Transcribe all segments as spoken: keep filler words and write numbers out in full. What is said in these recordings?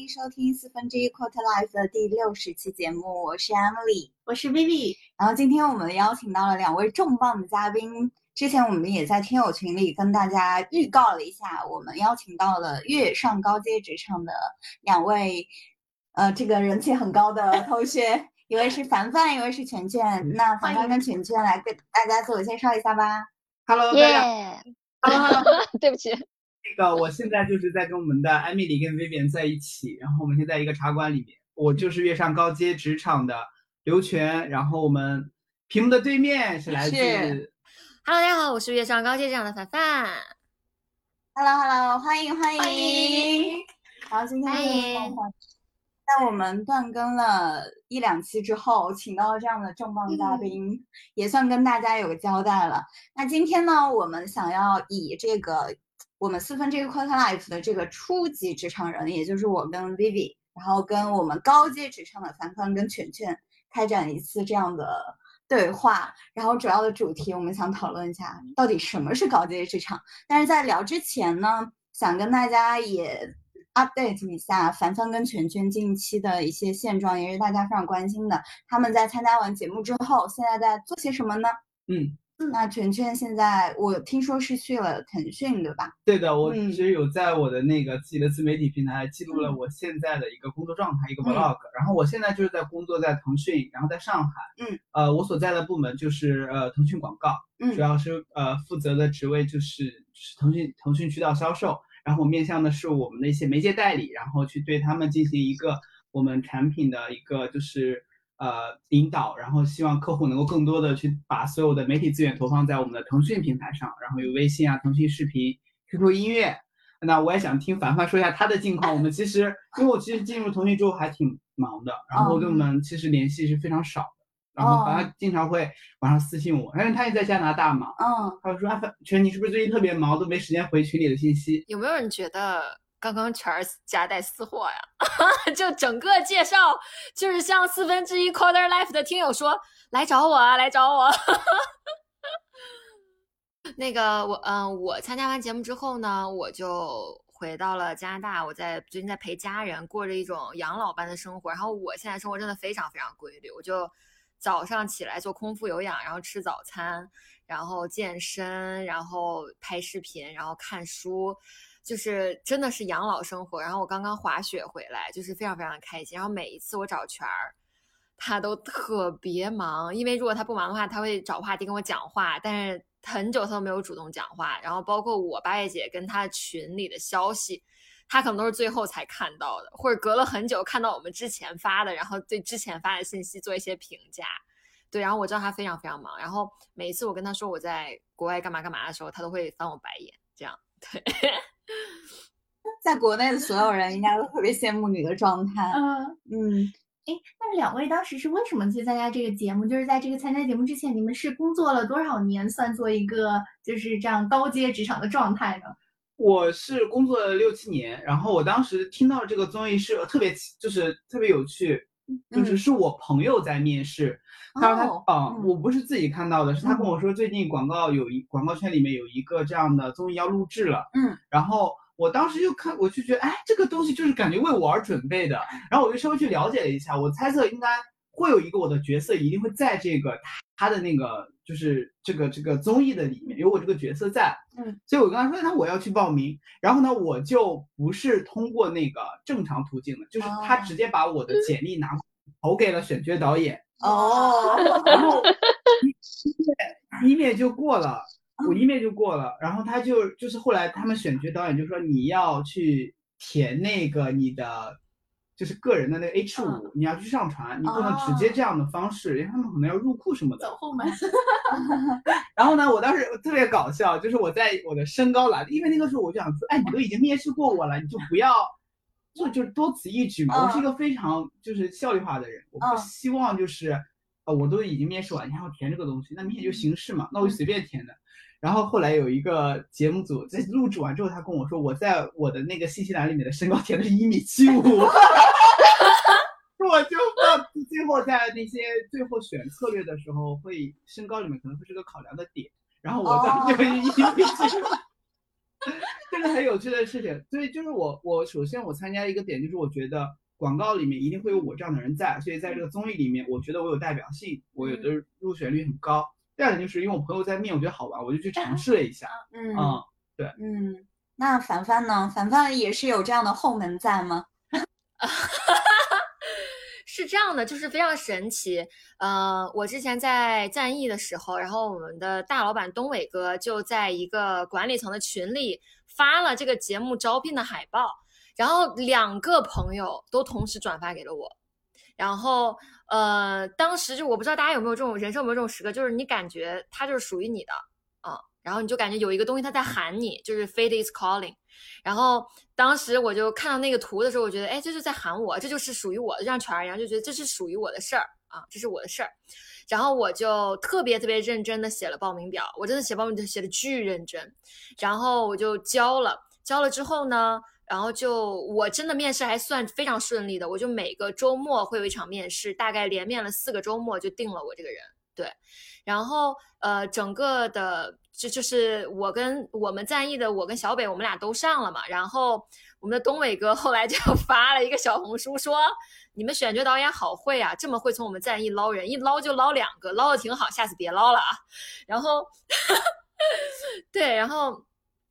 迎收听四分之一 Quarter Life 的第六十期节目，我是 Emily， 我是 Vivi。 然后今天我们邀请到了两位重磅的嘉宾，之前我们也在听友群里跟大家预告了一下，我们邀请到了跃上高阶职场的两位，呃，这个人气很高的同学，一位是凡凡，一位是全全。那凡凡跟全全来给大家自我介绍一下吧。 Hello， 大家。Hello， 对不起。 那个，我现在就是在跟我们的艾米丽跟 Vivian 在一起，然后我们现在一个茶馆里面，我就是跃上高阶职场的刘全，然后我们屏幕的对面是来自。 Hello， 大家好，我是跃上高阶职场的凡凡。 Hello Hello， 欢迎欢迎。 欢迎。 然后今天这个在我们断更了一两期之后，请到了这样的重磅嘉宾，嗯、也算跟大家有个交代了。那今天呢，我们想要以这个我们四分这个 Quarter Life 的这个初级职场人，也就是我跟 Vivi， 然后跟我们高阶职场的凡凡跟全全开展一次这样的对话。然后主要的主题我们想讨论一下到底什么是高阶职场。但是在聊之前呢，想跟大家也update 一下凡凡跟全全近期的一些现状，也是大家非常关心的。他们在参加完节目之后，现在在做些什么呢？ 嗯， 那全全现在我听说是去了腾讯，对吧？ 对的，我其实有在我的那个自己的自媒体平台记录了我现在的一个工作状态，嗯、一个 vlog。然后我现在就是在工作在腾讯，然后在上海。 嗯， 呃，我所在的部门就是呃腾讯广告， 嗯， 主要是呃负责的职位就是就是腾讯腾讯渠道销售。然后我面向的是我们的一些媒介代理，然后去对他们进行一个我们产品的一个就是呃引导，然后希望客户能够更多的去把所有的媒体资源投放在我们的腾讯平台上，然后有微信啊、腾讯视频、Q Q 音乐。那我也想听凡凡说一下他的近况。我们其实因为我其实进入腾讯之后还挺忙的，然后对我们其实联系是非常少的。然后凡凡经常会晚上私信我，因为他也在加拿大嘛， 嗯， 他就说：“啊，全你是不是最近特别忙，都没时间回群里的信息？” 有没有人觉得刚刚全是夹带私货呀？就整个介绍就是像四分之一 Quarter Life 的听友说来找我啊，来找我。那个我嗯、呃，我参加完节目之后呢，我就回到了加拿大，我在最近在陪家人过着一种养老般的生活。然后我现在生活真的非常非常规律，我就早上起来做空腹有氧，然后吃早餐，然后健身，然后拍视频，然后看书，就是真的是养老生活。然后我刚刚滑雪回来，就是非常非常开心。然后每一次我找全儿，他都特别忙，因为如果他不忙的话，他会找话题跟我讲话，但是很久他都没有主动讲话。然后包括我八月姐跟他群里的消息，他可能都是最后才看到的，或者隔了很久看到我们之前发的，然后对之前发的信息做一些评价。对，然后我知道他非常非常忙，然后每一次我跟他说我在国外干嘛干嘛的时候，他都会翻我白眼，这样。对， 在国内的所有人应该都特别羡慕你的状态。 嗯嗯， 哎，那两位当时是为什么去参加这个节目？就是在这个参加节目之前，你们是工作了多少年，算作一个就是这样高阶职场的状态呢？ 我是工作了六七年，然后我当时听到这个综艺是特别就是特别有趣，就是是我朋友在面试， 嗯、 他说他哦啊、嗯，我不是自己看到的，是他跟我说最近广告有一广告圈里面有一个这样的综艺要录制了， 嗯， 然后我当时就看我就觉得哎，这个东西就是感觉为我而准备的，然后我就稍微去了解了一下，我猜测应该会有一个我的角色一定会在这个他的那个就是这个这个综艺的里面有我这个角色在， 嗯， 所以我跟他说那我要去报名，然后呢我就不是通过那个正常途径的，就是他直接把我的简历拿投给了选角导演哦， 然后一面就过了，我一面就过了，然后他就就是后来他们选角导演就说你要去填那个你的就是个人的那个 H 五、嗯、你要去上传，你不能直接这样的方式，因为他们可能要入库什么的。 走后门。 然后呢，我当时特别搞笑，就是我在我的身高栏，因为那个时候我就想说，哎，你都已经面试过我了，你就不要就就多此一举嘛。嗯、我是一个非常就是效率化的人，我不希望就是，呃，我都已经面试完，你还要填这个东西，那明显就形式嘛，那我就随便填的。然后后来有一个节目组在录制完之后，他跟我说，我在我的那个信息栏里面的身高填的是一米七五，我就到最后在那些最后选策略的时候，会身高里面可能会是个考量的点，然后我当时就一米七五。 这个很有趣的事情。所以就是我我首先我参加一个点就是我觉得广告里面一定会有我这样的人在，所以在这个综艺里面我觉得我有代表性，我有的入选率很高。第二点就是因为我朋友在面，我觉得好玩，我就去尝试了一下。 嗯嗯，对， 嗯，那凡凡呢？凡凡也是有这样的后门在吗？ 是这样的，就是非常神奇。呃，我之前在赞艺的时候，然后我们的大老板东伟哥就在一个管理层的群里发了这个节目招聘的海报，然后两个朋友都同时转发给了我。然后呃，当时就我不知道大家有没有这种人生有没有这种时刻，就是你感觉它就是属于你的啊、嗯，然后你就感觉有一个东西它在喊你，就是 fate is calling。然后当时我就看到那个图的时候，我觉得哎，这就在喊我，这就是属于我的，就像全儿一样，就觉得这是属于我的事儿啊，这是我的事儿。然后我就特别特别认真的写了报名表，我真的写报名表写的巨认真，然后我就交了，交了之后呢，然后就我真的面试还算非常顺利的，我就每个周末会有一场面试，大概连面了四个周末就定了我这个人。对，然后呃，整个的就就是我跟我们赞艺的我跟小北我们俩都上了嘛，然后我们的东伟哥后来就发了一个小红书说，你们选角导演好会啊，这么会从我们赞艺捞人，一捞就捞两个，捞的挺好，下次别捞了啊。然后对，然后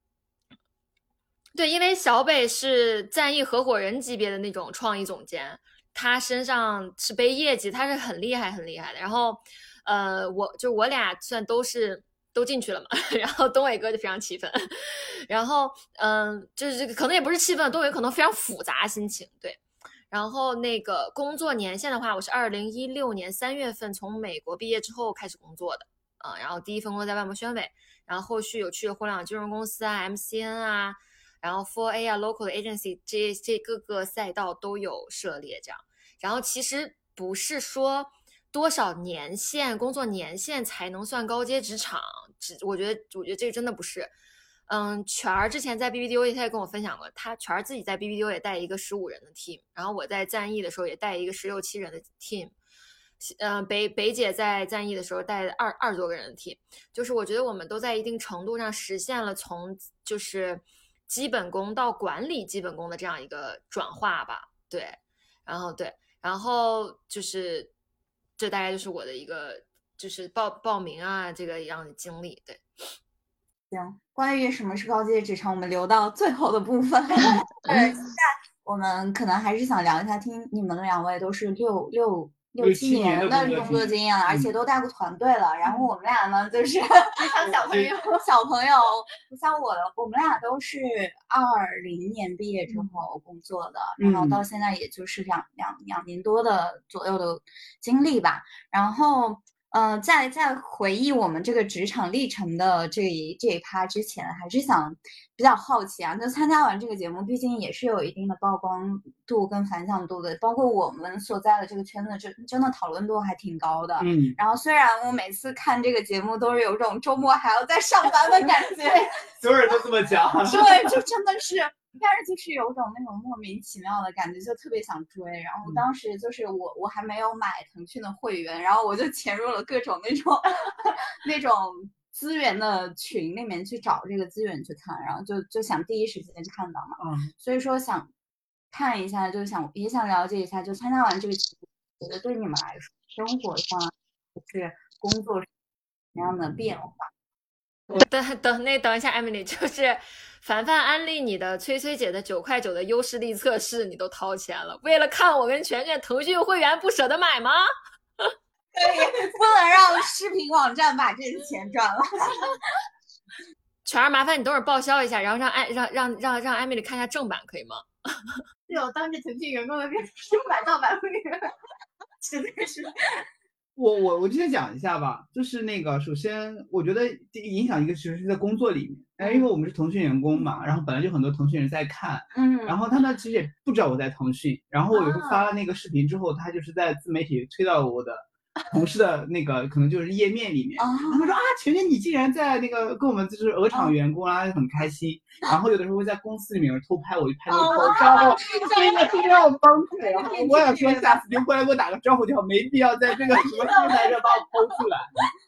对，因为小北是赞艺合伙人级别的那种创意总监，他身上是背业绩，他是很厉害很厉害的。然后呃，我就我俩算都是都进去了嘛，然后东伟哥就非常气愤，然后嗯、呃，就是这个可能也不是气愤，东伟可能非常复杂心情。对，然后那个工作年限的话，我是二零一六年三月份从美国毕业之后开始工作的啊、呃，然后第一份工作在万博宣伟，然后后续有去互联网金融公司啊 ，M C N 啊，然后 four A 啊 ，local 的 agency 这这各个赛道都有涉猎这样。然后其实不是说多少年限工作年限才能算高阶职场，我觉得我觉得这个真的不是。嗯，全儿之前在 B B D O 他也跟我分享过，他全儿自己在 B B D O 也带一个十五人的 team， 然后我在赞艺的时候也带一个十六七人的 team， 呃，北北姐在赞艺的时候带二二十多个人的 team， 就是我觉得我们都在一定程度上实现了从就是基本功到管理基本功的这样一个转化吧，对，然后对，然后就是这大概就是我的一个就是报报名啊这个样的经历，对。 行，关于什么是高阶职场，我们留到最后的部分。对，现在我们可能还是想聊一下，听你们两位都是六六六七年的工作经验了，而且都带过团队了。然后我们俩呢，就是像小朋友， 小朋友，不像我的，我们俩都是二零年毕业之后工作的，然后到现在也就是两两两年多的左右的经历吧。然后。呃，在在回忆我们这个职场历程的这一这一趴之前，还是想比较好奇啊，就参加完这个节目，毕竟也是有一定的曝光度跟反响度的，包括我们所在的这个圈子，真真的讨论度还挺高的。 嗯， 然后虽然我每次看这个节目都是有种周末还要在上班的感觉， 所有人都这么讲， 对，就真的是。但是就是有种那种莫名其妙的感觉，就特别想追。然后当时就是我我还没有买腾讯的会员，然后我就潜入了各种那种那种资源的群里面去找这个资源去看，然后就就想第一时间看到嘛。 嗯， 所以说想看一下，就想也想了解一下，就参加完这个节目，觉得对你们来说，生活上就是工作什么样的变化？ 等等，那等一下 ，Emily， 就是凡凡安利你的崔崔姐的九块九的优势力测试，你都掏钱了，为了看我跟全全腾讯会员不舍得买吗？ 对，不能让视频网站把这个钱赚了。 全儿，麻烦你等会儿报销一下，然后让艾让让让让 Emily 看一下正版，可以吗？ 对，我当着腾讯员工的面正版盗版会员， 真的是。 我我我之前讲一下吧，就是那个，首先我觉得影响一个其实是在工作里面，哎，因为我们是腾讯员工嘛，然后本来就很多腾讯人在看， 嗯， 然后他们其实也不知道我在腾讯，然后我有时候发了那个视频之后，他就是在自媒体推到我的同事的那个可能就是页面里面， 啊、 他们说啊，全全你竟然在那个跟我们就是鹅厂员工啊，很开心，然后有的时候会在公司里面偷拍我，就拍那个口罩，真的是让我崩溃了。我想说下次您过来给我打个招呼就好，没必要在这个什么平台上把我剖出来。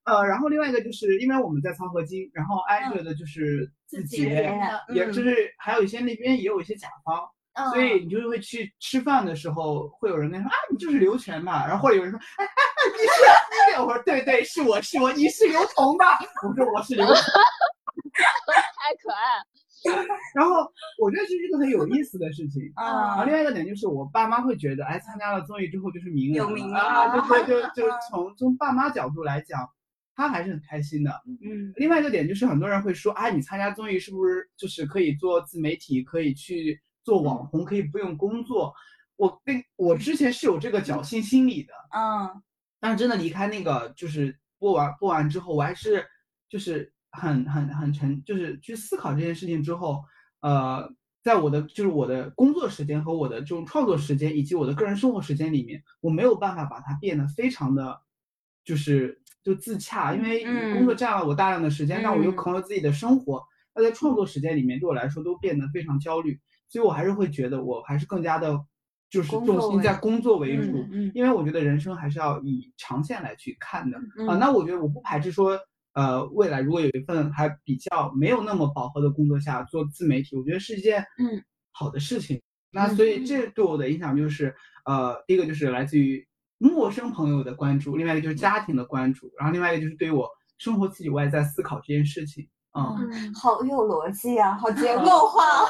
呃，然后另外一个就是因为我们在漕河泾，然后挨着的就是字节， 嗯、 也就是还有一些那边也有一些甲方。 嗯、 所以你就会去吃饭的时候，会有人跟你说啊，你就是刘全吧，然后或者有人说，哎，你是，我说对对，是我是我，你是刘同吧？我说我是刘同， 太可爱了。 然后我觉得这是一个很有意思的事情啊。 然后另外一个点就是我爸妈会觉得，哎，参加了综艺之后就是名人有名啊，对对，就就从从爸妈角度来讲，他还是很开心的。 嗯。 另外一个点就是很多人会说，啊，你参加综艺是不是就是可以做自媒体，可以去做网红，可以不用工作？我跟我之前是有这个侥幸心理的， 嗯， 但是真的离开那个就是播完播完之后，我还是就是很很很沉，就是去思考这件事情之后，呃，在我的就是我的工作时间和我的这种创作时间以及我的个人生活时间里面，我没有办法把它变得非常的，就是就自洽，因为工作占了我大量的时间，但我又可能自己的生活，那在创作时间里面对我来说都变得非常焦虑。所以我还是会觉得我还是更加的就是重心在工作为主， 嗯、 因为我觉得人生还是要以长线来去看的、 嗯、 啊。那我觉得我不排斥说，呃，未来如果有一份还比较没有那么饱和的工作下做自媒体，我觉得是一件嗯好的事情。那所以这对我的影响就是，呃，第一个就是来自于陌生朋友的关注，另外一个就是家庭的关注，然后另外一个就是对于我生活自己我也在思考这件事情。嗯， 嗯好有逻辑啊，好结构化。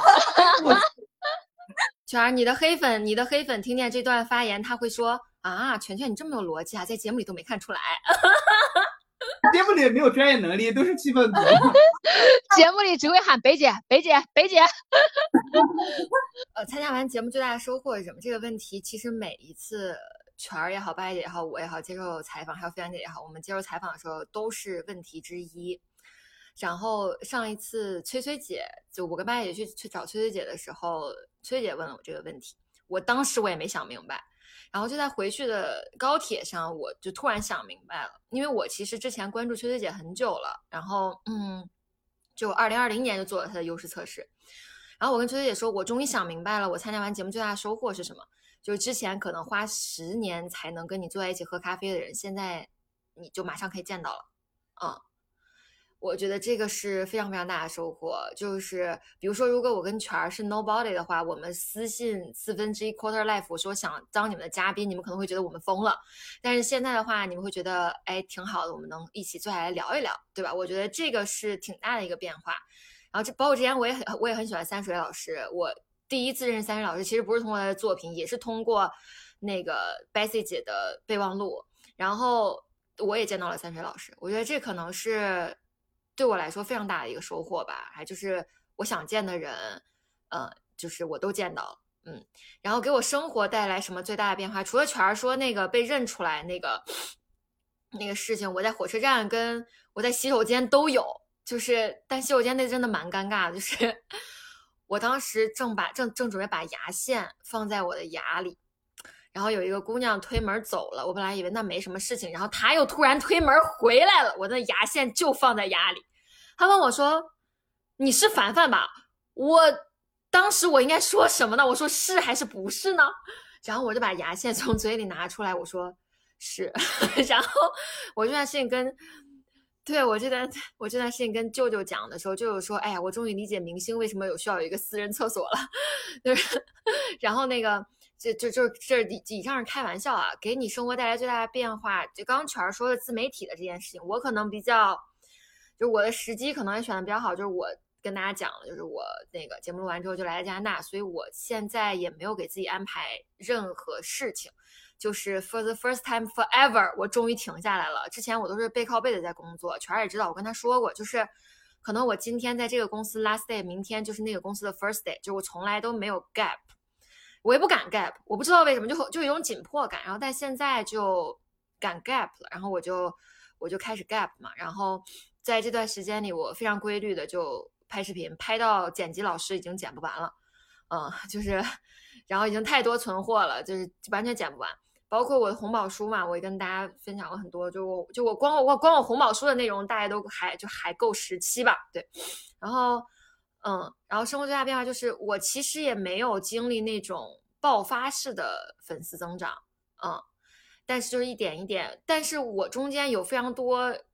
全儿，你的黑粉，你的黑粉听见这段发言，他会说啊，全全你这么有逻辑啊，在节目里都没看出来。 节目里也没有专业能力，都是气氛组。 节目里只会喊北姐，北姐，北姐。 呃，参加完节目最大的收获是什么？这个问题其实每一次全儿也好，八姐也好，我也好，接受采访，还有飞扬姐也好，我们接受采访的时候都是问题之一。然后上一次崔崔姐，就我跟八姐去去找崔崔姐的时候，崔姐问了我这个问题，我当时我也没想明白，然后就在回去的高铁上，我就突然想明白了，因为我其实之前关注崔崔姐很久了，然后嗯，就二零二零年就做了她的优势测试，然后我跟崔崔姐说，我终于想明白了，我参加完节目最大的收获是什么，就是之前可能花十年才能跟你坐在一起喝咖啡的人，现在你就马上可以见到了，嗯。我觉得这个是非常非常大的收获，就是比如说，如果我跟全儿是 nobody 的话，我们私信四分之一 quarter life， 我说想当你们的嘉宾，你们可能会觉得我们疯了，但是现在的话，你们会觉得哎挺好的，我们能一起坐下来聊一聊，对吧？我觉得这个是挺大的一个变化。然后这包括之前我也很我也很喜欢三水老师，我第一次认识三水老师，其实不是通过他的作品，也是通过那个 Bessie 姐的备忘录，然后我也见到了三水老师，我觉得这可能是对我来说非常大的一个收获吧，还就是我想见的人，呃，就是我都见到了，嗯，然后给我生活带来什么最大的变化？除了全儿说那个被认出来那个那个事情，我在火车站跟我在洗手间都有，就是但洗手间那真的蛮尴尬的，就是我当时正把正正准备把牙线放在我的牙里。然后有一个姑娘推门走了，我本来以为那没什么事情，然后她又突然推门回来了，我的牙线就放在牙里。她问我说：“你是凡凡吧？”我当时我应该说什么呢？我说是还是不是呢？然后我就把牙线从嘴里拿出来，我说是。然后我这段事情跟对我这段我这段事情跟舅舅讲的时候，舅舅说：“哎呀，我终于理解明星为什么有需要有一个私人厕所了。”就是然后那个。这就就这以上是开玩笑啊，给你生活带来最大的变化。就刚刚全儿说的自媒体的这件事情，我可能比较，就是我的时机可能也选的比较好，就是我跟大家讲了，就是我那个节目录完之后就来了加拿大，所以我现在也没有给自己安排任何事情，就是 for the first time forever， 我终于停下来了。之前我都是背靠背的在工作，全儿也知道，我跟他说过，就是可能我今天在这个公司 last day， 明天就是那个公司的 first day， 就我从来都没有 gap。我也不敢 gap， 我不知道为什么，就就有一种紧迫感，然后但现在就敢 gap 了，然后我就我就开始 gap 嘛，然后在这段时间里，我非常规律的就拍视频，拍到剪辑老师已经剪不完了，嗯，就是，然后已经太多存货了，就是完全剪不完，包括我的红宝书嘛，我也跟大家分享了很多，就我就我光我光我红宝书的内容，大家都还就还够十期吧，对，然后。嗯，然后生活最大变化就是我其实也没有经历那种爆发式的粉丝增长，嗯，但是就是一点一点，但是我中间有非常多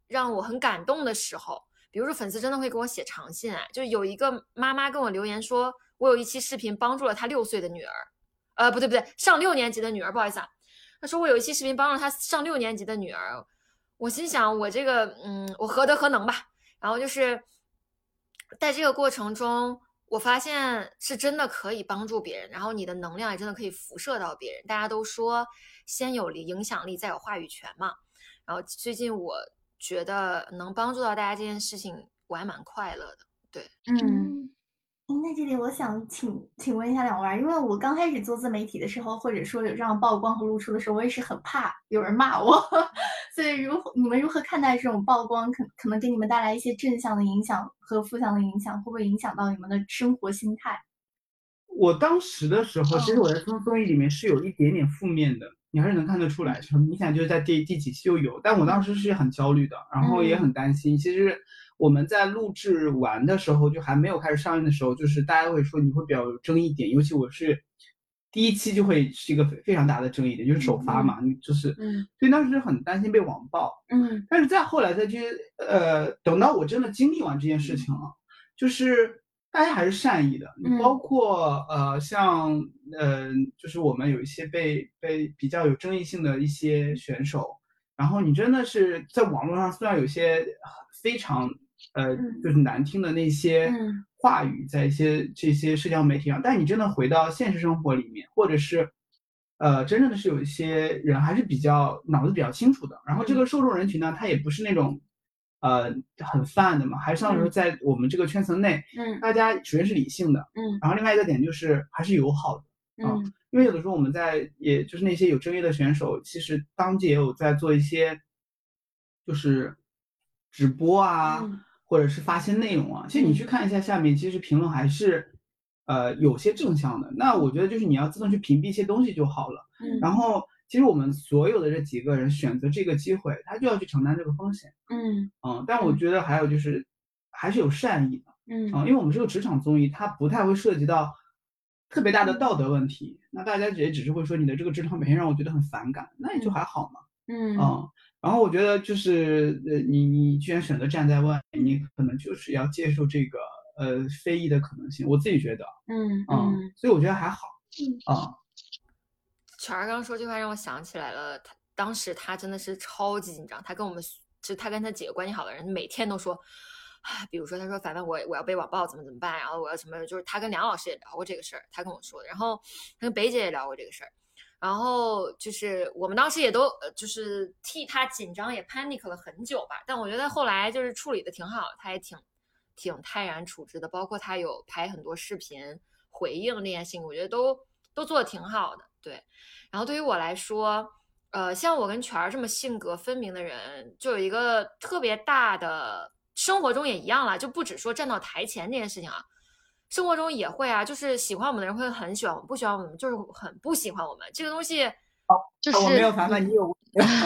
让我很感动的时候，比如说粉丝真的会给我写长信，哎，就有一个妈妈跟我留言说，我有一期视频帮助了她六岁的女儿，呃，不对不对，上六年级的女儿，不好意思啊，她说我有一期视频帮助她上六年级的女儿，我心想我这个，嗯，我何德何能吧？然后就是在这个过程中，我发现是真的可以帮助别人，然后你的能量也真的可以辐射到别人。大家都说先有影响力，再有话语权嘛。然后最近我觉得能帮助到大家这件事情，我还蛮快乐的。对， 嗯。那这里我想请请问一下两位，因为我刚开始做自媒体的时候，或者说有这样曝光和露出的时候，我也是很怕有人骂我，所以如何你们如何看待这种曝光，可可能给你们带来一些正向的影响和负向的影响，会不会影响到你们的生活心态？ 我当时的时候，其实我在综综艺里面是有一点点负面的，你还是能看得出来，很明显就是在第第几期就有，但我当时是很焦虑的，然后也很担心。其实我们在录制完的时候，就还没有开始上映的时候，就是大家会说你会比较有争议点，尤其我是第一期就会是一个非常大的争议点，就是首发嘛，你就是，所以当时就很担心被网暴。 嗯， 但是再后来再去，呃，等到我真的经历完这件事情了，就是大家还是善意的，你包括呃像呃就是我们有一些被被比较有争议性的一些选手，然后你真的是在网络上虽然有些非常呃就是难听的那些话语在一些这些社交媒体上，但你真的回到现实生活里面，或者是呃真正的是有一些人还是比较脑子比较清楚的，然后这个受众人群呢，他也不是那种呃很泛的嘛，还是像说在我们这个圈层内， 嗯， 大家首先是理性的， 嗯， 然后另外一个点就是还是友好的， 嗯， 因为有的时候我们在也就是那些有争议的选手，其实当届也有在做一些就是直播啊， 嗯， 或者是发一些内容啊，其实你去看一下下面，其实评论还是呃有些正向的。那我觉得就是你要自动去屏蔽一些东西就好了。 嗯， 然后其实我们所有的这几个人选择这个机会，他就要去承担这个风险。 嗯嗯，但我觉得还有就是还是有善意的。 嗯嗯，因为我们是个职场综艺，它不太会涉及到特别大的道德问题。那大家也只是会说你的这个职场表现让我觉得很反感，那也就还好嘛。 嗯嗯，然后我觉得就是呃，你你居然选择站在外，你可能就是要接受这个呃非议的可能性。我自己觉得， 嗯嗯，所以我觉得还好。啊， 全儿刚说这话让我想起来了，他当时他真的是超级紧张，他跟我们就他跟他几个关系好的人每天都说，比如说他说凡凡我我要被网暴怎么怎么办，然后我要什么，就是他跟梁老师也聊过这个事儿，他跟我说的，然后他跟北姐也聊过这个事儿。然后就是我们当时也都就是替他紧张，也 panic 了很久吧。但我觉得后来就是处理的挺好，他也挺挺泰然处之的。包括他有拍很多视频回应这件事情，我觉得都都做的挺好的。对，然后对于我来说，呃，像我跟全儿这么性格分明的人，就有一个特别大的，生活中也一样啦，就不只说站到台前这件事情啊。生活中也会啊，就是喜欢我们的人会很喜欢我们，不喜欢我们就是很不喜欢我们。这个东西， 就是我没有凡凡，你有。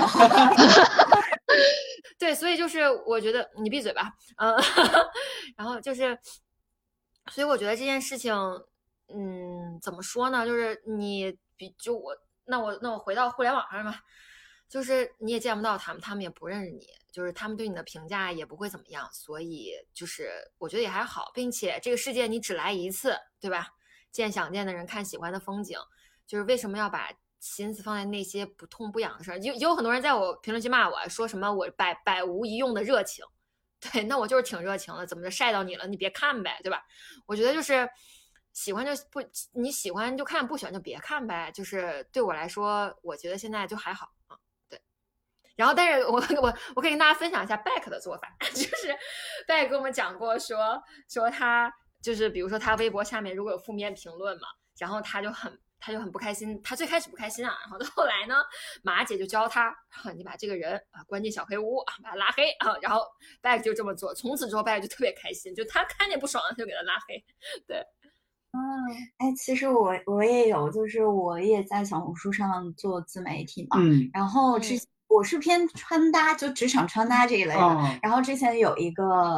对，所以就是我觉得你闭嘴吧，嗯，然后就是，所以我觉得这件事情，嗯，怎么说呢？就是你比就我，那我那我回到互联网上吧，就是你也见不到他们，他们也不认识你。就是他们对你的评价也不会怎么样，所以就是我觉得也还好，并且这个世界你只来一次，对吧？见想见的人，看喜欢的风景，就是为什么要把心思放在那些不痛不痒的事儿？有有很多人在我评论区骂我说什么我百百无一用的热情，对，那我就是挺热情的，怎么着晒到你了，你别看呗，对吧？我觉得就是喜欢就不你喜欢就看，不喜欢就别看呗。就是对我来说，我觉得现在就还好。然后，但是我我我可以跟大家分享一下 Beck 的做法，就是 Beck 跟我们讲过说说他就是比如说他微博下面如果有负面评论嘛，然后他就很他就很不开心，他最开始不开心啊，然后到后来呢，马姐就教他，你把这个人啊关进小黑屋，把他拉黑啊，然后 Beck 就这么做，从此之后 Beck 就特别开心，就他看见不爽了他就给他拉黑，对。 嗯，哎，其实我我也有，就是我也在小红书上做自媒体嘛， 嗯， 然后之前我是偏穿搭，就职场穿搭这一类的。 哦、 然后之前有一个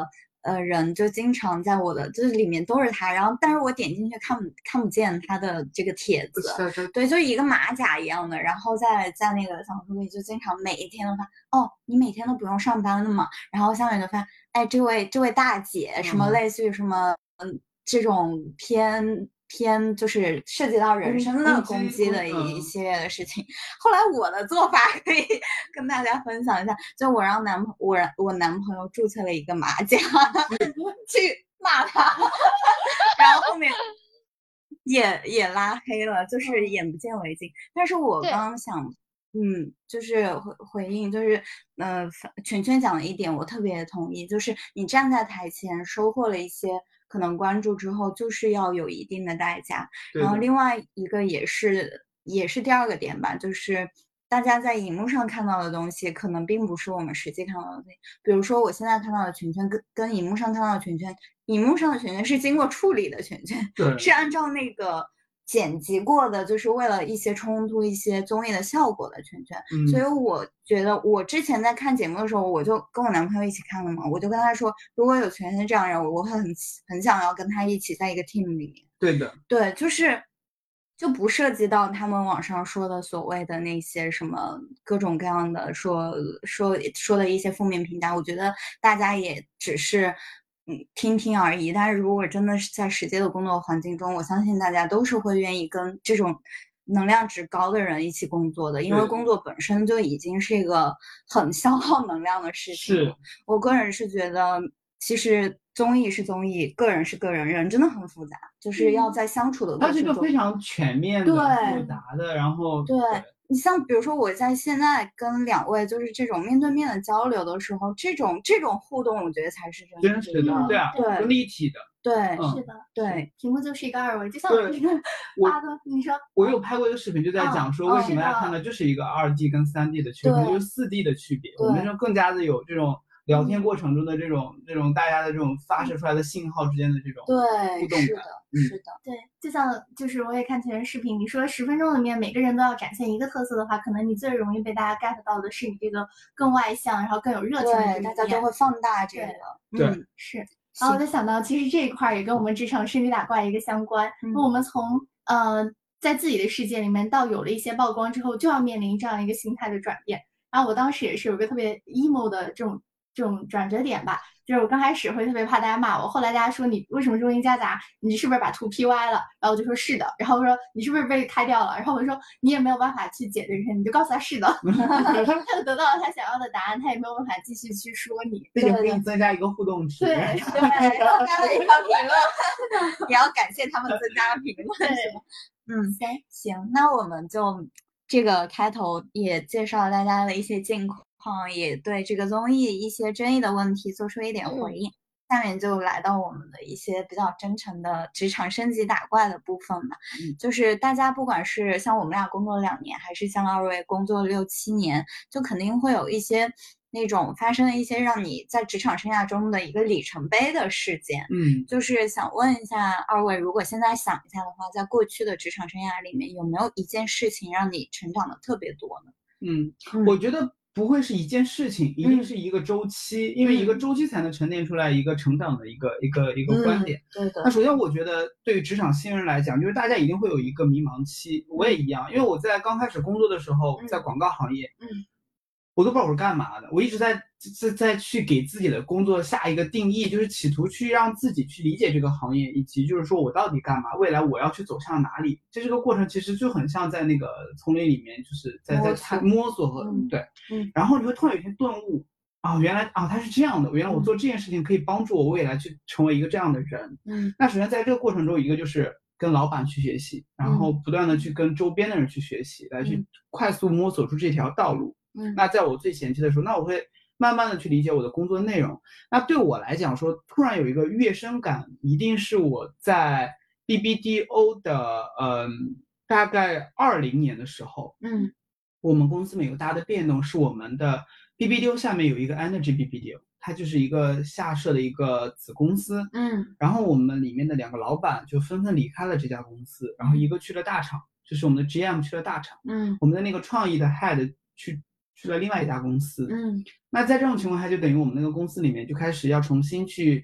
呃人就经常在我的就是里面都是他，然后但是我点进去看不看不见他的这个帖子，对，就是一个马甲一样的，然后在在那个小红书里就经常每一天都发，哦，你每天都不用上班了吗？然后下面就发，哎，这位这位大姐，什么类似于什么嗯这种偏。偏就是涉及到人身的攻击的一系列的事情。后来我的做法可以跟大家分享一下，就我让男朋我我男朋友注册了一个马甲去骂他，然后后面也也拉黑了，就是眼不见为净。但是我刚刚想。嗯，就是回回应，就是呃，圈圈讲的一点，我特别同意，就是你站在台前收获了一些可能关注之后，就是要有一定的代价。然后另外一个也是也是第二个点吧，就是大家在荧幕上看到的东西，可能并不是我们实际看到的东西。比如说我现在看到的圈圈跟跟荧幕上看到的圈圈，荧幕上的圈圈是经过处理的圈圈，是按照那个。剪辑过的，就是为了一些冲突、一些综艺的效果的圈圈，嗯、所以我觉得我之前在看节目的时候，我就跟我男朋友一起看了嘛，我就跟他说，如果有圈圈这样人，我会很很想要跟他一起在一个 team 里面。 对的， 对，就是就不涉及到他们网上说的所谓的那些什么各种各样的说说说的一些负面评价，我觉得大家也只是。嗯，听听而已。但是如果真的是在实际的工作环境中，我相信大家都是会愿意跟这种能量值高的人一起工作的，因为工作本身就已经是一个很消耗能量的事情。 是， 我个人是觉得，其实综艺是综艺，个人是个人，人真的很复杂，就是要在相处的过程中， 它是一个非常全面的、复杂的，然后对。你像比如说我在现在跟两位就是这种面对面的交流的时候，这种这种互动，我觉得才是真真实的，对啊， 对， 立体的， 对， 嗯、是的， 对， 屏幕就是一个二维，就像我阿哥，你说， 我有拍过一个视频，就在讲说为什么大家看的就是一个二 D 跟三 D 的区别，就是四 D 的区别，我们就更加的有这种聊天过程中的这种这种大家的这种发射出来的信号之间的这种对互动感， 是的，是的， 对，就像就是我也看前人视频，你说十分钟里面每个人都要展现一个特色的话，可能你最容易被大家 get 到的是你这个更外向，然后更有热情的这一面， 大家就会放大这个， 对， 嗯， 是。然后我就想到，其实这一块也跟我们职场身体打怪一个相关。那、嗯、我们从呃在自己的世界里面到有了一些曝光之后，就要面临这样一个心态的转变。然后我当时也是有个特别 emo 的这种这种转折点吧，就是我刚开始会特别怕大家骂我，后来大家说你为什么中英夹杂，你是不是把图 P 歪了？然后我就说是的，然后我说你是不是被开掉了？然后我说你也没有办法去解这个事，你就告诉他是的，他就得到了他想要的答案，他也没有办法继续去说你， 并且给你增加一个互动值， 对对，增加了一条评论，也要感谢他们增加了评论，是吗？嗯，行行，那我们就这个开头也介绍了大家的一些近况。也对这个综艺一些争议的问题做出一点回应，嗯、下面就来到我们的一些比较真诚的职场升级打怪的部分吧。嗯、就是大家不管是像我们俩工作两年，还是像二位工作六七年，就肯定会有一些那种发生了一些让你在职场生涯中的一个里程碑的事件。 嗯， 就是想问一下二位，如果现在想一下的话，在过去的职场生涯里面，有没有一件事情让你成长的特别多呢？ 嗯，嗯我觉得。不会是一件事情，一定是一个周期，嗯、因为一个周期才能沉淀出来一个成长的一个、嗯、一个一个观点。 嗯、对的。 那首先，我觉得对于职场新人来讲，就是大家一定会有一个迷茫期，我也一样，因为我在刚开始工作的时候，在广告行业， 嗯， 我都不知道我是干嘛的，我一直在在在去给自己的工作下一个定义，就是企图去让自己去理解这个行业，以及就是说我到底干嘛，未来我要去走向哪里。这这个过程其实就很像在那个丛林里面，就是在在他摸索和、 嗯、 对， 嗯， 然后你会突然有一天顿悟啊，原来啊它是这样的，原来我做这件事情可以帮助我未来去成为一个这样的人。 嗯， 那首先在这个过程中，一个就是跟老板去学习，然后不断的去跟周边的人去学习，来去快速摸索出这条道路。 嗯， 那在我最前期的时候，那我会慢慢的去理解我的工作内容。那对我来讲说，突然有一个跃升感，一定是我在 B B D O 的嗯大概二零年的时候， 嗯， 我们公司面有个大的变动，是我们的 B B D O 下面有一个 Energy B B D O， 它就是一个下设的一个子公司， 嗯， 然后我们里面的两个老板就纷纷离开了这家公司，然后一个去了大厂，就是我们的 G M 去了大厂， 嗯， 我们的那个创意的 Head 去。去了另外一家公司， 嗯， 那在这种情况下，就等于我们那个公司里面就开始要重新去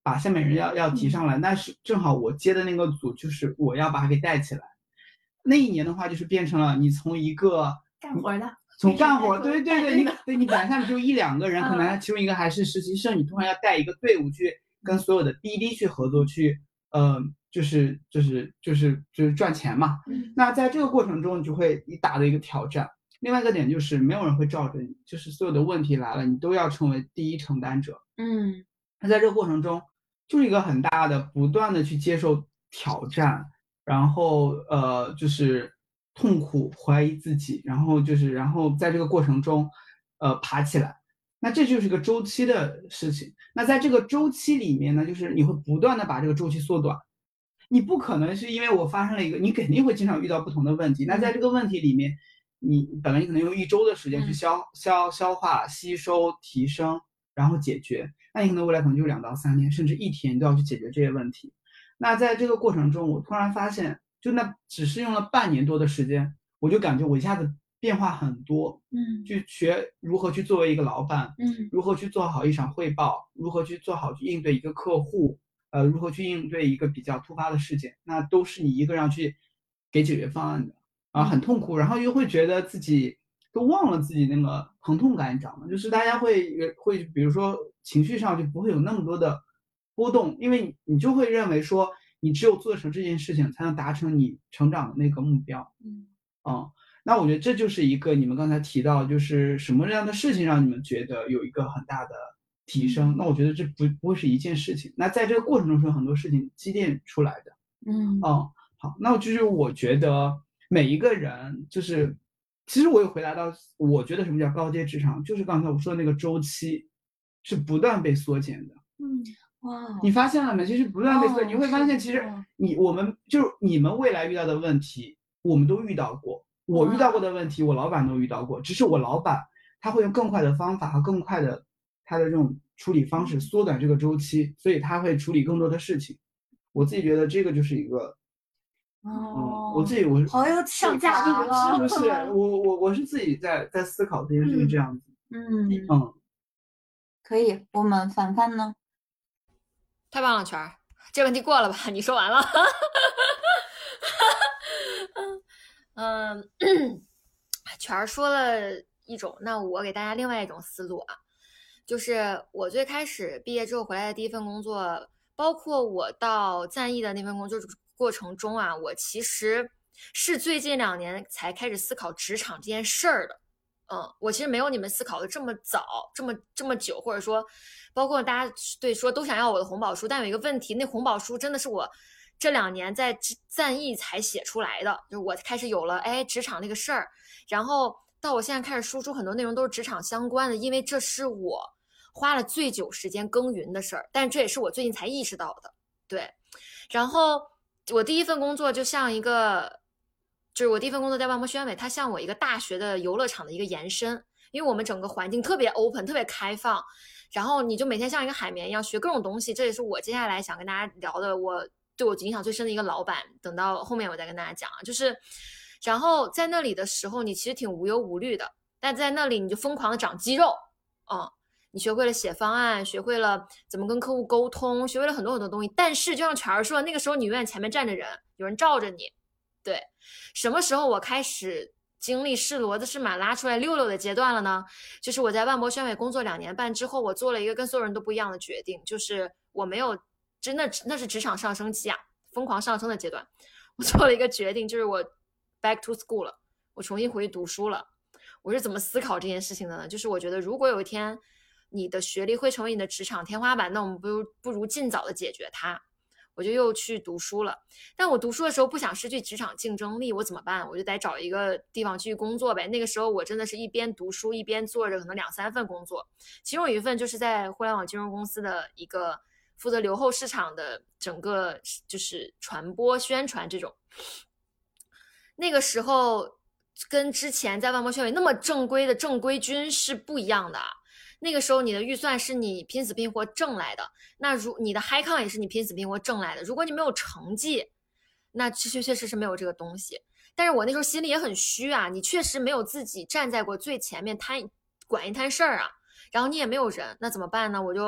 把下面人要要提上来，那是正好我接的那个组就是我要把它给带起来。那一年的话，就是变成了你从一个干活的， 从干活，对对对，你的对你本来下面就一两个人，可能其中一个还是实习生，你突然要带一个队伍去跟所有的 B D 去合作，去呃，就是就是就是就是赚钱嘛。 嗯， 那在这个过程中，你就会你打的一个挑战。另外一个点就是没有人会罩着你，就是所有的问题来了，你都要成为第一承担者。 嗯， 那在这个过程中，就是一个很大的不断的去接受挑战，然后呃就是痛苦，怀疑自己，然后就是然后在这个过程中，呃爬起来。那这就是一个周期的事情。那在这个周期里面呢，就是你会不断的把这个周期缩短。你不可能是因为我发生了一个，你肯定会经常遇到不同的问题。那在这个问题里面，你本来你可能用一周的时间去消、嗯、消消化、吸收、提升，然后解决。那你可能未来可能就两到三天，甚至一天，你都要去解决这些问题。那在这个过程中，我突然发现，就那只是用了半年多的时间，我就感觉我一下子变化很多。 嗯， 去学如何去作为一个老板， 嗯， 如何去做好一场汇报，如何去做好去应对一个客户，呃，如何去应对一个比较突发的事件，那都是你一个人要去给解决方案的。啊，很痛苦，然后又会觉得自己都忘了自己那个疼痛感，你知道吗？就是大家会会，比如说情绪上就不会有那么多的波动，因为你就会认为说，你只有做成这件事情，才能达成你成长的那个目标。 嗯， 嗯，那我觉得这就是一个你们刚才提到，就是什么样的事情让你们觉得有一个很大的提升？ 嗯、 那我觉得这不不会是一件事情，那在这个过程中是有很多事情积淀出来的。 嗯嗯，好，那就是我觉得。每一个人就是，其实我有回答到，我觉得什么叫高阶职场，就是刚才我说的那个周期是不断被缩减的。 嗯， 哇， 你发现了没？其实不断被缩减， 哦、 你会发现其实你我们就是你们未来遇到的问题，我们都遇到过。我遇到过的问题，我老板都遇到过，只是我老板他会用更快的方法和更快的他的这种处理方式缩短这个周期，所以他会处理更多的事情。我自己觉得这个就是一个。 哦、 嗯，我自己我好有上价值了， 是不是？我我我是自己在在思考这件事情这样子。 嗯嗯， 可以。我们凡凡呢？ 太棒了，全儿，这问题过了吧？你说完了。嗯，全儿说了一种，那我给大家另外一种思路啊，就是我最开始毕业之后回来的第一份工作，包括我到赞艺的那份工作过程中啊，我其实是最近两年才开始思考职场这件事儿的。嗯，我其实没有你们思考的这么早，这么这么久，或者说，包括大家对说都想要我的红宝书，但有一个问题，那红宝书真的是我这两年在赞艺才写出来的，就是我开始有了哎职场那个事儿，然后到我现在开始输出很多内容都是职场相关的，因为这是我花了最久时间耕耘的事儿，但这也是我最近才意识到的。对，然后我第一份工作就像一个，就是我第一份工作在万博宣委，它像我一个大学的游乐场的一个延伸，因为我们整个环境特别 open， 特别开放，然后你就每天像一个海绵一样学各种东西，这也是我接下来想跟大家聊的，我对我影响最深的一个老板，等到后面我再跟大家讲啊，就是，然后在那里的时候，你其实挺无忧无虑的，但在那里你就疯狂的长肌肉，嗯。你学会了写方案，学会了怎么跟客户沟通，学会了很多很多东西。但是就像全儿说，那个时候你永远前面站着人，有人罩着你。对，什么时候我开始经历是骡子是马拉出来溜溜的阶段了呢？就是我在万博宣委工作两年半之后，我做了一个跟所有人都不一样的决定，就是我没有真的那是职场上升期啊，疯狂上升的阶段。我做了一个决定，就是我 back to school 了，我重新回去读书了。我是怎么思考这件事情的呢？就是我觉得如果有一天你的学历会成为你的职场天花板，那我们不如不如尽早的解决它。我就又去读书了，但我读书的时候不想失去职场竞争力，我怎么办？我就得找一个地方继续工作呗。那个时候我真的是一边读书一边做着可能两三份工作，其中有一份就是在互联网金融公司的一个负责留后市场的整个就是传播宣传这种。那个时候跟之前在万博宣委那么正规的正规军是不一样的。那个时候你的预算是你拼死拼活挣来的，那如你的 high con 也是你拼死拼活挣来的，如果你没有成绩，那确确确实是没有这个东西。但是我那时候心里也很虚啊，你确实没有自己站在过最前面摊管一摊事儿啊，然后你也没有人，那怎么办呢？我就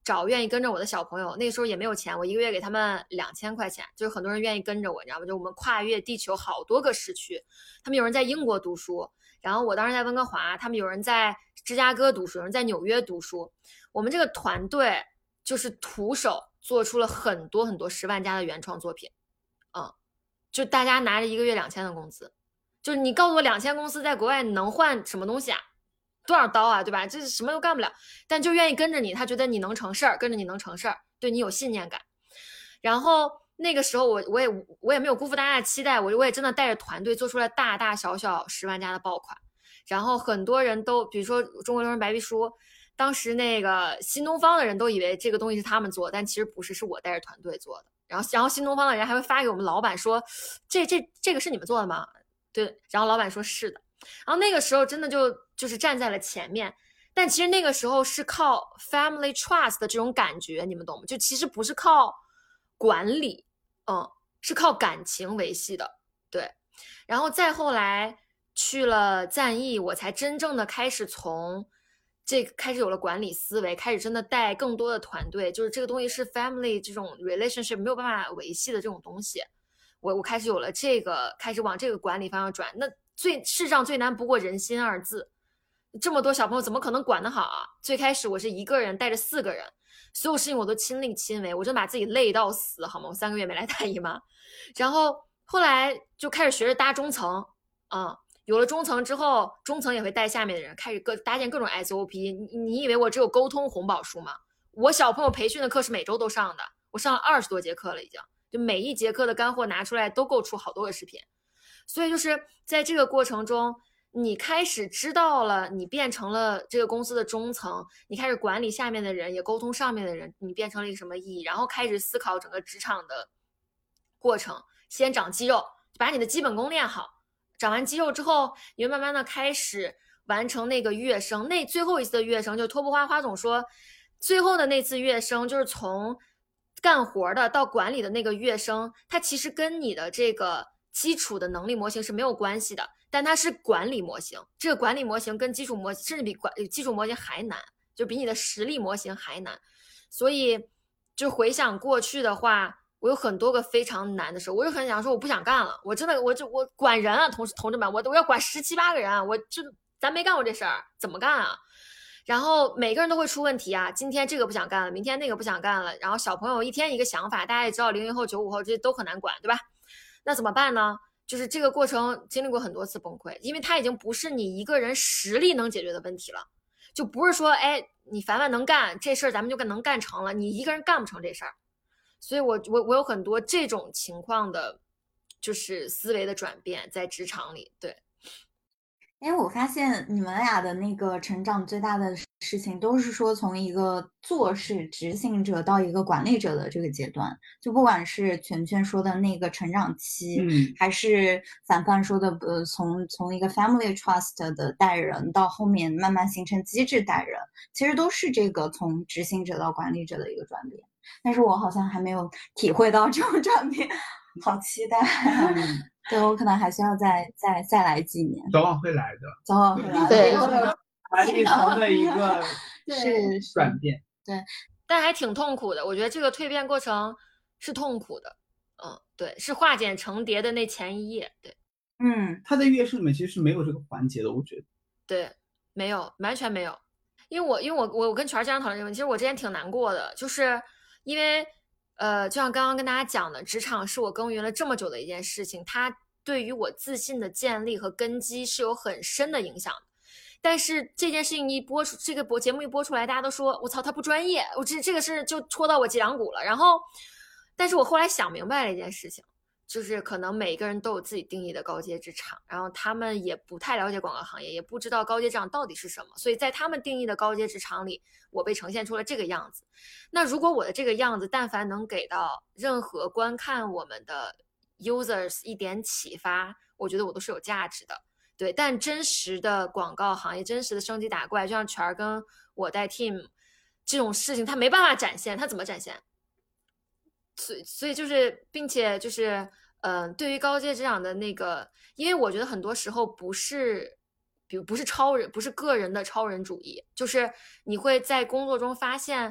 找愿意跟着我的小朋友，那个时候也没有钱，我一个月给他们两千块钱，就是很多人愿意跟着我，你知道吗？就我们跨越地球好多个时区，他们有人在英国读书，然后我当时在温哥华，他们有人在芝加哥读书，有人在纽约读书。我们这个团队就是徒手做出了很多很多十万加的原创作品，嗯，就大家拿着一个月两千的工资，就是你告诉我两千公司在国外能换什么东西啊？多少刀啊，对吧？这什么都干不了，但就愿意跟着你，他觉得你能成事儿，跟着你能成事儿，对你有信念感。然后那个时候我我也我也没有辜负大家的期待，我我也真的带着团队做出了大大小小十万加的爆款。然后很多人都，比如说中国流行白皮书，当时那个新东方的人都以为这个东西是他们做，但其实不是，是我带着团队做的。然后然后新东方的人还会发给我们老板说，这这这个是你们做的吗？对，然后老板说是的。然后那个时候真的就就是站在了前面，但其实那个时候是靠 family trust 的这种感觉，你们懂吗？就其实不是靠管理，嗯，是靠感情维系的，对。然后再后来去了赞艺，我才真正的开始从这开始有了管理思维，开始真的带更多的团队，就是这个东西是 family 这种 relationship 没有办法维系的这种东西，我我开始有了这个，开始往这个管理方向转。那最世上最难不过人心二字，这么多小朋友怎么可能管得好啊？最开始我是一个人带着四个人，所有事情我都亲力亲为，我真把自己累到死，好吗？我三个月没来大姨妈，然后后来就开始学着搭中层，嗯，有了中层之后，中层也会带下面的人，开始各搭建各种 S O P。你你以为我只有沟通红宝书吗？我小朋友培训的课是每周都上的，我上了二十多节课了，已经，就每一节课的干货拿出来都够出好多个视频。所以就是在这个过程中，你开始知道了，你变成了这个公司的中层，你开始管理下面的人，也沟通上面的人，你变成了一个什么意义？然后开始思考整个职场的过程，先长肌肉，把你的基本功练好，长完肌肉之后，你会慢慢的开始完成那个跃升。那最后一次的跃升，就托布花花总说，最后的那次跃升就是从干活的到管理的那个跃升，它其实跟你的这个基础的能力模型是没有关系的，但它是管理模型。这个管理模型跟基础模型甚至比管基础模型还难，就比你的实力模型还难。所以就回想过去的话，我有很多个非常难的时候，我就很想说我不想干了，我真的我就我管人啊，同同志们，我我要管十七八个人啊，我就咱没干过这事儿，怎么干啊？然后每个人都会出问题啊，今天这个不想干了，明天那个不想干了，然后小朋友一天一个想法，大家也知道零零后九五后这些都很难管，对吧？那怎么办呢？就是这个过程经历过很多次崩溃，因为它已经不是你一个人实力能解决的问题了，就不是说哎你凡凡能干这事儿咱们就能干成了，你一个人干不成这事儿。所以我我我有很多这种情况的，就是思维的转变在职场里。对。 哎，我发现你们俩的那个成长最大的事情，都是说从一个做事执行者到一个管理者的这个阶段，就不管是全全说的那个成长期， 嗯， 还是凡凡说的，呃，从从一个 family trust 的带人到后面慢慢形成机制带人，其实都是这个从执行者到管理者的一个转变。但是我好像还没有体会到这种转变，好期待。嗯对，我可能还需要再再再来几年， 早晚会来的， 早晚会来。 对， 管理层的一个是转变， 对， 但还挺痛苦的。我觉得这个蜕变过程是痛苦的，嗯，对，是化茧成蝶的那前一页，对， 嗯， 它的跃升里面其实是没有这个环节的，我觉得， 对，没有，完全没有。因为我因为我我我跟全经常讨论这个问题，其实我之前挺难过的，就是因为。呃，就像刚刚跟大家讲的，职场是我耕耘了这么久的一件事情，它对于我自信的建立和根基是有很深的影响的。但是这件事情一播出，这个播节目一播出来，大家都说我操，他不专业，我这这个是就戳到我脊梁骨了。然后，但是我后来想明白了一件事情，就是可能每个人都有自己定义的高阶职场，然后他们也不太了解广告行业，也不知道高阶职场到底是什么，所以在他们定义的高阶职场里，我被呈现出了这个样子。那如果我的这个样子但凡能给到任何观看我们的 users 一点启发，我觉得我都是有价值的。对，但真实的广告行业，真实的升级打怪，就像全儿跟我带 team 这种事情，它没办法展现，它怎么展现？所以，所以就是，并且就是，嗯、呃，对于高阶职场的那个，因为我觉得很多时候不是，比如不是超人，不是个人的超人主义，就是你会在工作中发现，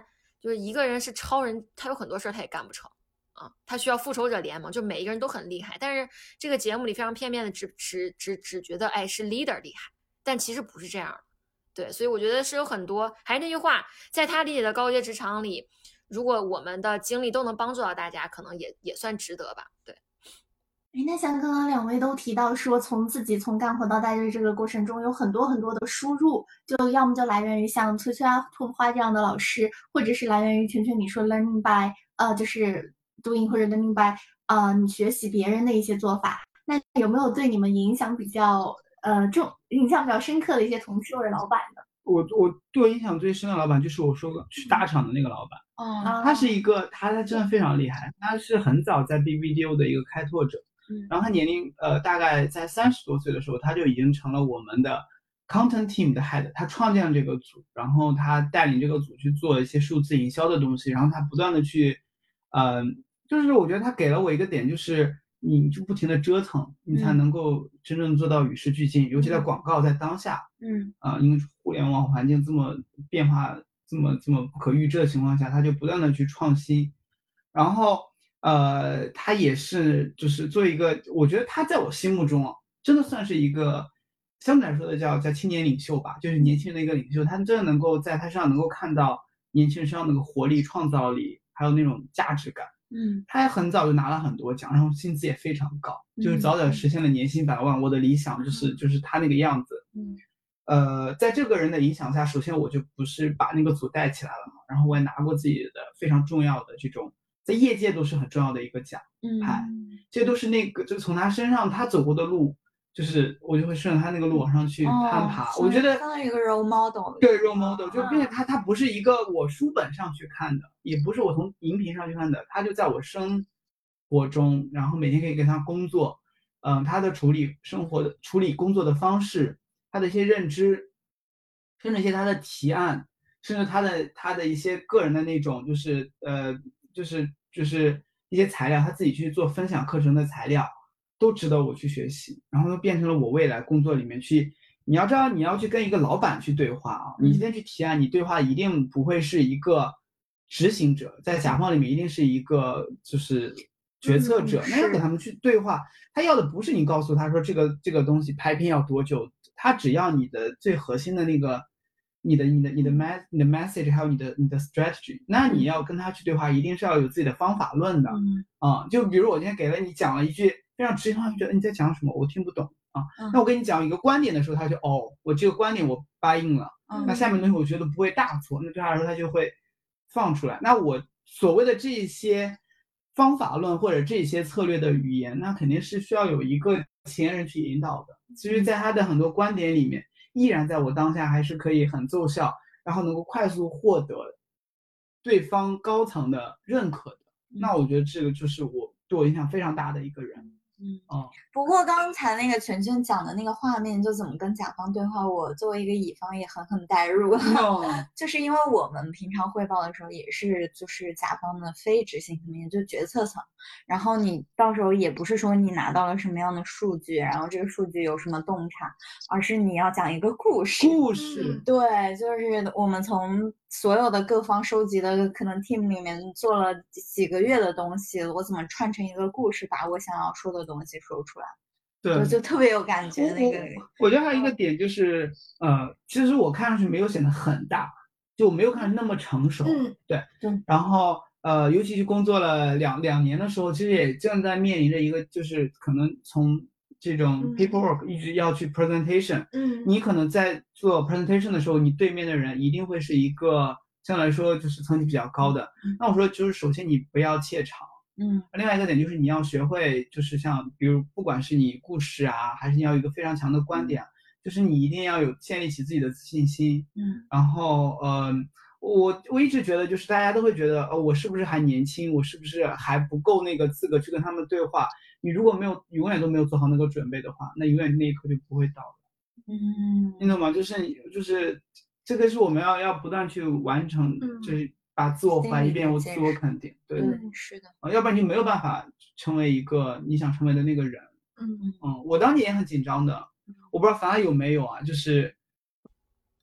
就是一个人是超人，他有很多事儿他也干不成啊，他需要复仇者联盟，就每一个人都很厉害，但是这个节目里非常片面的只只只只觉得哎是 leader 厉害，但其实不是这样的。对，所以我觉得是有很多，还是那句话，在他理解的高阶职场里，如果我们的经历都能帮助到大家，可能也也算值得吧。对。 哎，那像刚刚两位都提到说，从自己从干活到大学这个过程中，有很多很多的输入，就要么就来源于像崔崔啊、兔花这样的老师，或者是来源于全全你说 learning by 呃，就是 doing 或者 learning by 呃，你学习别人的一些做法。那有没有对你们影响比较呃重、印象比较深刻的一些同事或者老板呢？ 我我对我影响最深的老板就是我说去大厂的那个老板。 哦， 他是一个他他真的非常厉害，他是很早在 B B D O 的一个开拓者。然后他年龄呃大概在三十多岁的时候，他就已经成了我们的 content team 的 head， 他创建了这个组，然后他带领这个组去做一些数字营销的东西，然后他不断的去，嗯、呃，就是我觉得他给了我一个点，就是你就不停的折腾，你才能够真正做到与时俱进，尤其在广告在当下， 嗯啊、呃，因为互联网环境这么变化，这么这么不可预知的情况下，他就不断的去创新，然后。呃，他也是，就是做一个，我觉得他在我心目中啊，真的算是一个相对来说的叫叫青年领袖吧，就是年轻人的一个领袖。他真的能够在他身上能够看到年轻人身上那个活力、创造力，还有那种价值感。 嗯， 他也很早就拿了很多奖，然后薪资也非常高，就是早早实现了年薪百万。我的理想就是就是他那个样子。 嗯， 呃，在这个人的影响下，首先我就不是把那个组带起来了嘛，然后我也拿过自己的非常重要的这种。在业界都是很重要的一个奖牌， 嗯， 这都是那个，就从他身上他走过的路，就是我就会顺着他那个路往上去攀爬。 哦、 我觉得相当于一个 role model， 对 role model， 就并且他他不是一个我书本上去看的，也不是我从荧屏上去看的，他就在我生活中，然后每天可以跟他工作，嗯、呃，他的处理生活的处理工作的方式，他的一些认知，甚至一些他的提案，甚至他的他的一些个人的那种就是呃。就是就是一些材料，他自己去做分享课程的材料，都值得我去学习，然后又变成了我未来工作里面去。你要知道，你要去跟一个老板去对话啊，你今天去提案，你对话一定不会是一个执行者，在甲方里面一定是一个就是决策者， 嗯、 那要给他们去对话。他要的不是你告诉他说这个这个东西拍片要多久，他只要你的最核心的那个。你的你的你的 mes 你的 message 还有你的你的 strategy， 那你要跟他去对话，一定是要有自己的方法论的。 嗯啊，就比如我今天给了你讲了一句非常直接，他就觉得你在讲什么，我听不懂啊。 嗯、 那我跟你讲一个观点的时候，他就哦，我这个观点我 buy in 了。 嗯、 那下面的东西我觉得不会大错，那对他来说他就会放出来。那我所谓的这些方法论或者这些策略的语言，那肯定是需要有一个前人去引导的。其实，在他的很多观点里面。依然在我当下还是可以很奏效，然后能够快速获得对方高层的认可的。嗯、那我觉得这个就是我对我影响非常大的一个人。 嗯哦， 不过刚才那个全全讲的那个画面，就怎么跟甲方对话，我作为一个乙方也狠狠代入了。 哦、 就是因为我们平常汇报的时候，也是就是甲方的非执行层面，就决策层。然后你到时候也不是说你拿到了什么样的数据，然后这个数据有什么洞察，而是你要讲一个故事。 故事， 对，就是我们从所有的各方收集的可能 team 里面做了几个月的东西，我怎么串成一个故事，把我想要说的东西说出来。 对， 就特别有感觉。那个我，我觉得还有一个点就是，呃，其实我看上去没有显得很大，就没有看上去那么成熟。 嗯， 对， 嗯， 然后。呃，尤其是工作了两两年的时候，其实也正在面临着一个，就是可能从这种 paperwork 一直要去 presentation， 嗯， 你可能在做 presentation 的时候，你对面的人一定会是一个相对来说就是层级比较高的。 嗯、 那我说就是首先你不要怯场， 嗯， 另外一个点就是你要学会，就是像比如不管是你故事啊，还是你要有一个非常强的观点，嗯、就是你一定要有建立起自己的自信心， 嗯， 然后呃。我我一直觉得，就是大家都会觉得，哦，我是不是还年轻？我是不是还不够那个资格去跟他们对话？你如果没有永远都没有做好那个准备的话，那永远那一刻就不会到的。 嗯， 你懂吗？就是就是这个是我们要要不断去完成， 嗯、 就是把自我怀疑变为自我肯定。对， 嗯，是的。 啊，要不然你就没有办法成为一个你想成为的那个人。 嗯嗯，我当年也很紧张的，我不知道凡凡有没有啊，就是。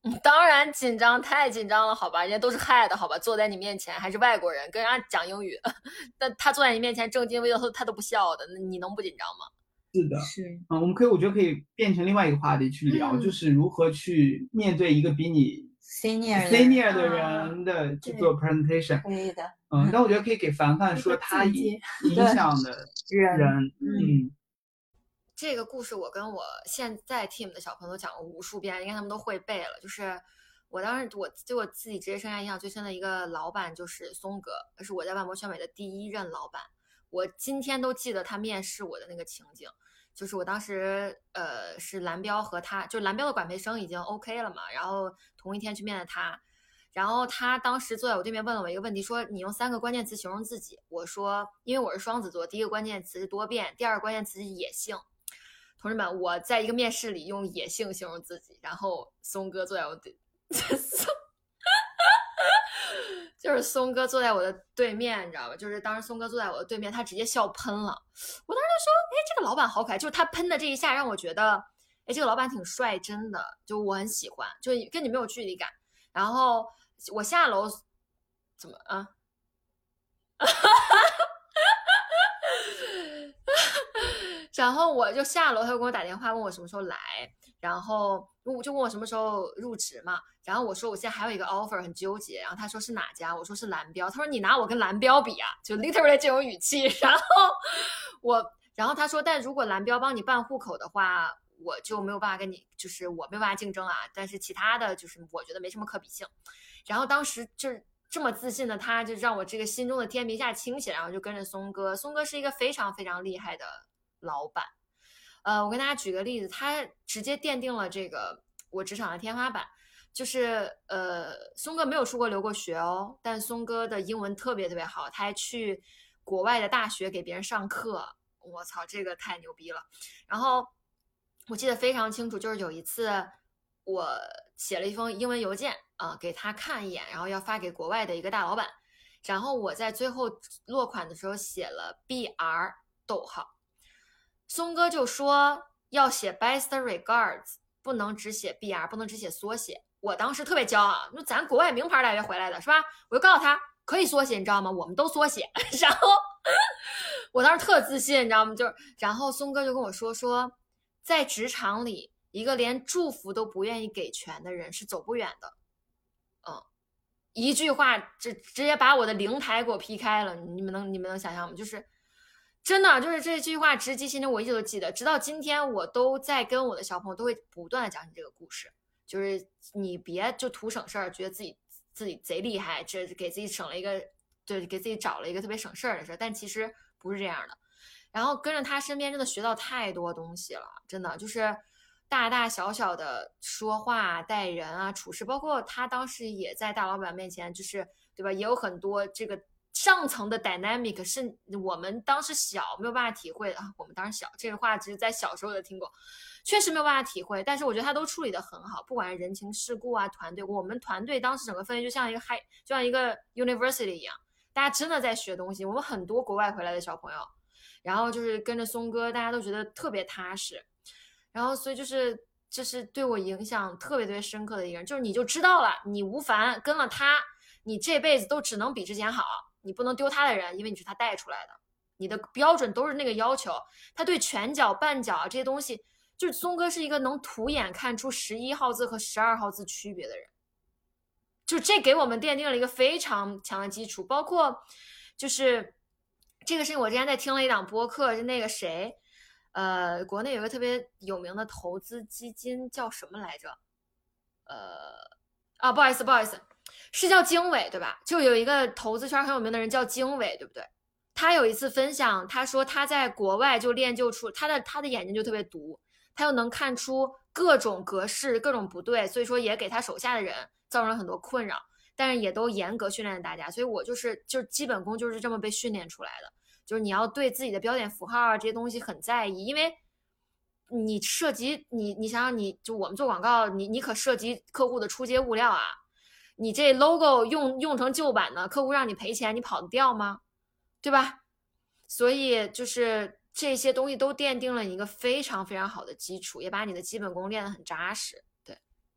当然紧张，太紧张了，好吧？人家都是害的，好吧？坐在你面前还是外国人，跟人家讲英语，但他坐在你面前正襟危坐，他都不笑的，那你能不紧张吗？ 是的， 是， 嗯，我们可以，我觉得可以变成另外一个话题去聊， 嗯、 就是如何去面对一个比你 senior senior 的人的去做 presentation。 可以的， 嗯，但我觉得可以给凡凡说他影影响的人，嗯。 这个故事我跟我现在 team 的小朋友都讲过无数遍，应该他们都会背了。就是我当时我对我自己职业生涯印象最深的一个老板就是松哥，是我在万博宣美的第一任老板。我今天都记得他面试我的那个情景，就是我当时呃是蓝标和他，就蓝标的管培生已经 OK 了嘛，然后同一天去面的他，然后他当时坐在我对面问了我一个问题，说你用三个关键词形容自己。我说因为我是双子座，第一个关键词是多变，第二个关键词是野性。同志们，我在一个面试里用野性形容自己，然后松哥坐在我对，就是松哥坐在我的对面，你知道吧？就是当时松哥坐在我的对面，他直接笑喷了。我当时就说，哎，这个老板好可爱，就是他喷的这一下让我觉得，哎，这个老板挺帅，真的，就我很喜欢，就跟你没有距离感。然后我下楼，怎么啊？然后我就下楼，他就给我打电话问我什么时候来，然后就问我什么时候入职嘛。然后我说我现在还有一个 offer 很纠结，然后他说是哪家？我说是蓝标。他说你拿我跟蓝标比啊，就 literally 这种语气。然后我，然后他说，但如果蓝标帮你办户口的话，我就没有办法跟你，就是我没有办法竞争啊。但是其他的就是我觉得没什么可比性。然后当时就是这么自信的他，就让我这个心中的天平一下倾斜，然后就跟着松哥。松哥是一个非常非常厉害的老板，呃，我跟大家举个例子，他直接奠定了这个我职场的天花板。就是呃，松哥没有出国留过学哦，但松哥的英文特别特别好，他还去国外的大学给别人上课。我操，这个太牛逼了！然后我记得非常清楚，就是有一次我写了一封英文邮件啊、呃，给他看一眼，然后要发给国外的一个大老板。然后我在最后落款的时候写了 B R 逗号。松哥就说要写 best regards， 不能只写 B R， 不能只写缩写。我当时特别骄傲，那咱国外名牌大学回来的是吧？我就告诉他可以缩写，你知道吗？我们都缩写。然后我当时特自信，你知道吗？就是，然后松哥就跟我说说，在职场里，一个连祝福都不愿意给全的人是走不远的。嗯，一句话直直接把我的灵台给我劈开了。你们能你们能想象吗？就是真的，就是这句话直击心中，我一直都记得，直到今天我都在跟我的小朋友都会不断的讲起这个故事。就是你别就图省事儿，觉得自己自己贼厉害，这给自己省了一个，对，给自己找了一个特别省事儿的事儿，但其实不是这样的。然后跟着他身边真的学到太多东西了，真的就是大大小小的说话、待人啊、处事，包括他当时也在大老板面前，就是对吧，也有很多这个上层的 dynamic 是我们当时小没有办法体会的啊。我们当时小，这个话只是在小时候的听过。确实没有办法体会，但是我觉得他都处理得很好，不管是人情世故啊，团队，我们团队当时整个氛围就像一个 high， 就像一个 university 一样，大家真的在学东西。我们很多国外回来的小朋友，然后就是跟着松哥，大家都觉得特别踏实，然后所以就是这是对我影响特别特别深刻的一个人，就是你就知道了，你吴凡跟了他，你这辈子都只能比之前好，你不能丢他的人，因为你是他带出来的，你的标准都是那个要求。他对拳脚绊脚这些东西。就是松哥是一个能图眼看出十一号字和十二号字区别的人，就这给我们奠定了一个非常强的基础。包括就是这个事情，我之前在听了一档播客，是那个谁，呃，国内有个特别有名的投资基金叫什么来着？呃，啊，不好意思，不好意思，是叫经纬对吧？就有一个投资圈很有名的人叫经纬，对不对？他有一次分享，他说他在国外就练就出他的他的眼睛就特别毒。他又能看出各种格式各种不对，所以说也给他手下的人造成了很多困扰，但是也都严格训练大家。所以我就是就是基本功就是这么被训练出来的，就是你要对自己的标点符号啊这些东西很在意，因为你涉及你你想想，你就我们做广告，你你可涉及客户的出街物料啊，你这 logo 用用成旧版的，客户让你赔钱，你跑得掉吗？对吧？所以就是这些东西都奠定了一个非常非常好的基础，也把你的基本功练得很扎实。对，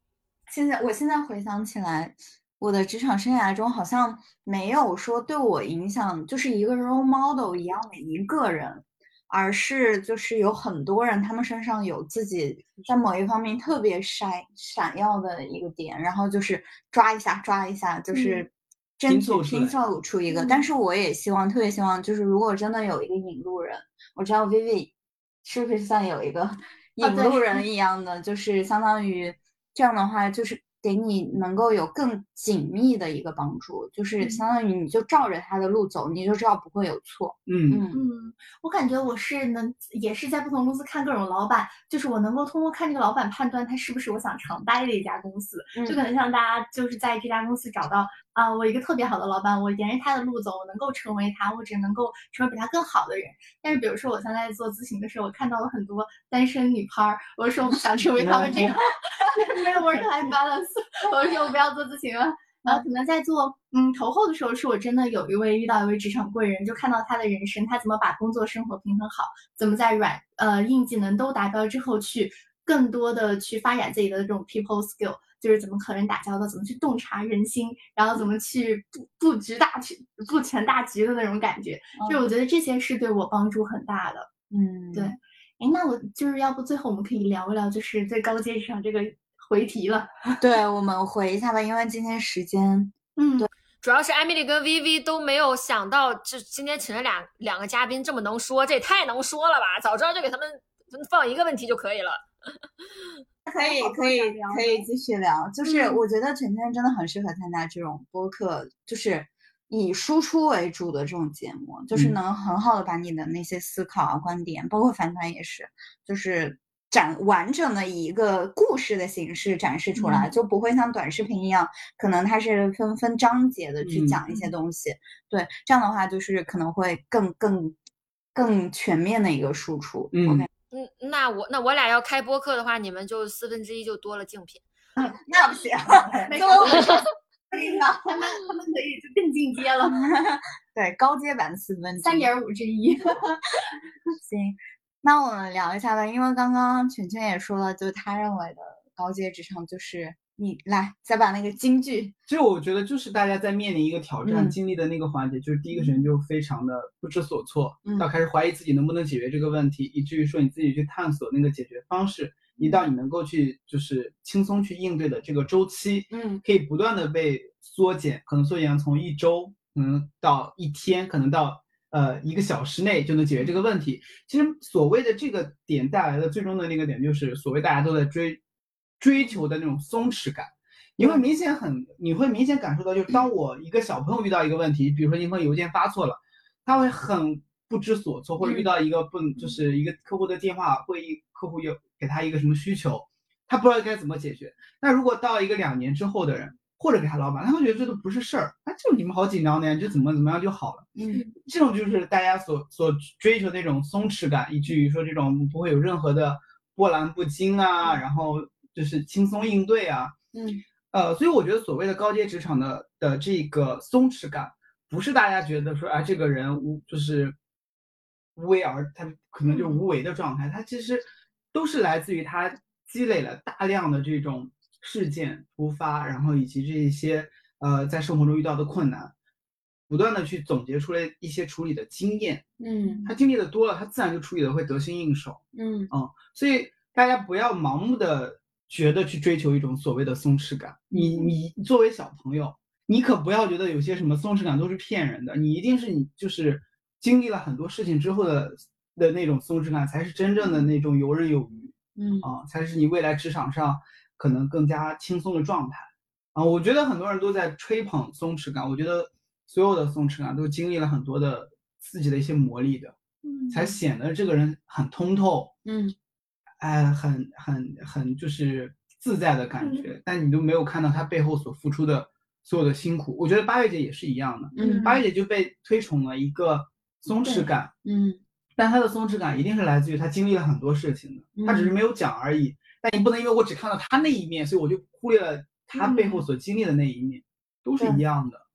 现在我现在回想起来，我的职场生涯中好像没有说对我影响就是一个 role model 一样的一个人，而是就是有很多人他们身上有自己在某一方面特别闪闪耀的一个点，然后就是抓一下抓一下，就是争取拼凑出一个。 嗯、 但是我也希望特别希望就是如果真的有一个引路人，我知道 Vivi 是不是像有一个引路人一样的， 哦、 就是相当于这样的话就是给你能够有更紧密的一个帮助，就是相当于你就照着他的路走，你就知道不会有错。 嗯嗯，我感觉我是能也是在不同公司看各种老板，就是我能够通过看这个老板判断他是不是我想常待的一家公司， 嗯、 就可能像大家就是在这家公司找到啊、呃，我一个特别好的老板，我沿着他的路走，我能够成为他，或者能够成为比他更好的人。但是比如说我现在做咨询的时候，我看到了很多单身女拍，我说我不想成为他们这个没有 work life balance， 我说我不要做咨询了。然后可能在做嗯投后的时候，是我真的有一位遇到一位职场贵人，就看到他的人生，他怎么把工作生活平衡好，怎么在软呃硬技能都达标之后，去更多的去发展自己的这种 people skill， 就是怎么和人打交道，怎么去洞察人心，然后怎么去布布局大局、布全大局的那种感觉。嗯、就我觉得这些是对我帮助很大的。 嗯， 对。哎，那我就是要不最后我们可以聊一聊，就是最高阶职场这个。回题了， 对，我们回一下吧，因为今天时间， 嗯， 对， 主要是 Emily 跟 Vivi 都没有想到，就今天请了两两个嘉宾这么能说，这也太能说了吧！早知道就给他们放一个问题就可以了。 可以，可以，可以继续聊。就是我觉得全天真的很适合参加这种播客，就是以输出为主的这种节目，就是能很好的把你的那些思考啊、观点，包括反弹也是，就是展完整的以一个故事的形式展示出来， 嗯、 就不会像短视频一样，可能它是分分章节的去讲一些东西。嗯、对，这样的话就是可能会更更更全面的一个输出。 嗯 OK。 嗯，那我那我俩要开播客的话，你们就四分之一就多了竞品。 嗯，那不行， 没有，他们他们可以就更进阶了。 对，高阶版四分之一， 三点五之一。 行，那我们聊一下吧，因为刚刚全全也说了，就是他认为的高阶职场就是你来再把那个金句。 其实我觉得就是大家在面临一个挑战、 嗯、 经历的那个环节，就是第一个人就非常的不知所措， 嗯、 到开始怀疑自己能不能解决这个问题，以至于说你自己去探索那个解决方式，一到你能够去就是轻松去应对的这个周期， 嗯， 可以不断的被缩减，可能缩减从一周，可能到一天，可能到呃一个小时内就能解决这个问题。其实所谓的这个点带来的最终的那个点，就是所谓大家都在追追求的那种松弛感。你会明显很，你会明显感受到，就是当我一个小朋友遇到一个问题，比如说一封邮件发错了，他会很不知所措，或者遇到一个不就是一个客户的电话会议，客户有给他一个什么需求，他不知道该怎么解决。那如果到一个两年之后的人，或者给他老板，他会觉得这都不是事儿，啊，就你们好紧张的呀，就怎么怎么样就好了。 嗯， 这种就是大家所所追求那种松弛感，以至于说这种不会有任何的波澜不惊啊，然后就是轻松应对啊。 嗯。 呃，所以我觉得所谓的高阶职场的的这个松弛感，不是大家觉得说啊这个人无就是无为而他可能就是无为的状态，他其实都是来自于他积累了大量的这种事件突发，然后以及这一些呃在生活中遇到的困难，不断的去总结出来一些处理的经验。 嗯， 他经历的多了，他自然就处理的会得心应手。 嗯嗯，所以大家不要盲目的觉得去追求一种所谓的松弛感。你你作为小朋友，你可不要觉得有些什么松弛感都是骗人的，你一定是你就是经历了很多事情之后的的那种松弛感，才是真正的那种游刃有余。 嗯啊，才是你未来职场上可能更加轻松的状态。啊，我觉得很多人都在吹捧松弛感，我觉得所有的松弛感都经历了很多的自己的一些磨砺的， 嗯， 才显得这个人很通透。 嗯。 哎，很很很就是自在的感觉，嗯、但你都没有看到他背后所付出的所有的辛苦。我觉得八月姐也是一样的， 嗯， 八月姐就被推崇了一个松弛感， 嗯， 但她的松弛感一定是来自于她经历了很多事情的，她只是没有讲而已。但你不能因为我只看到她那一面，所以我就忽略了她背后所经历的那一面，都是一样的。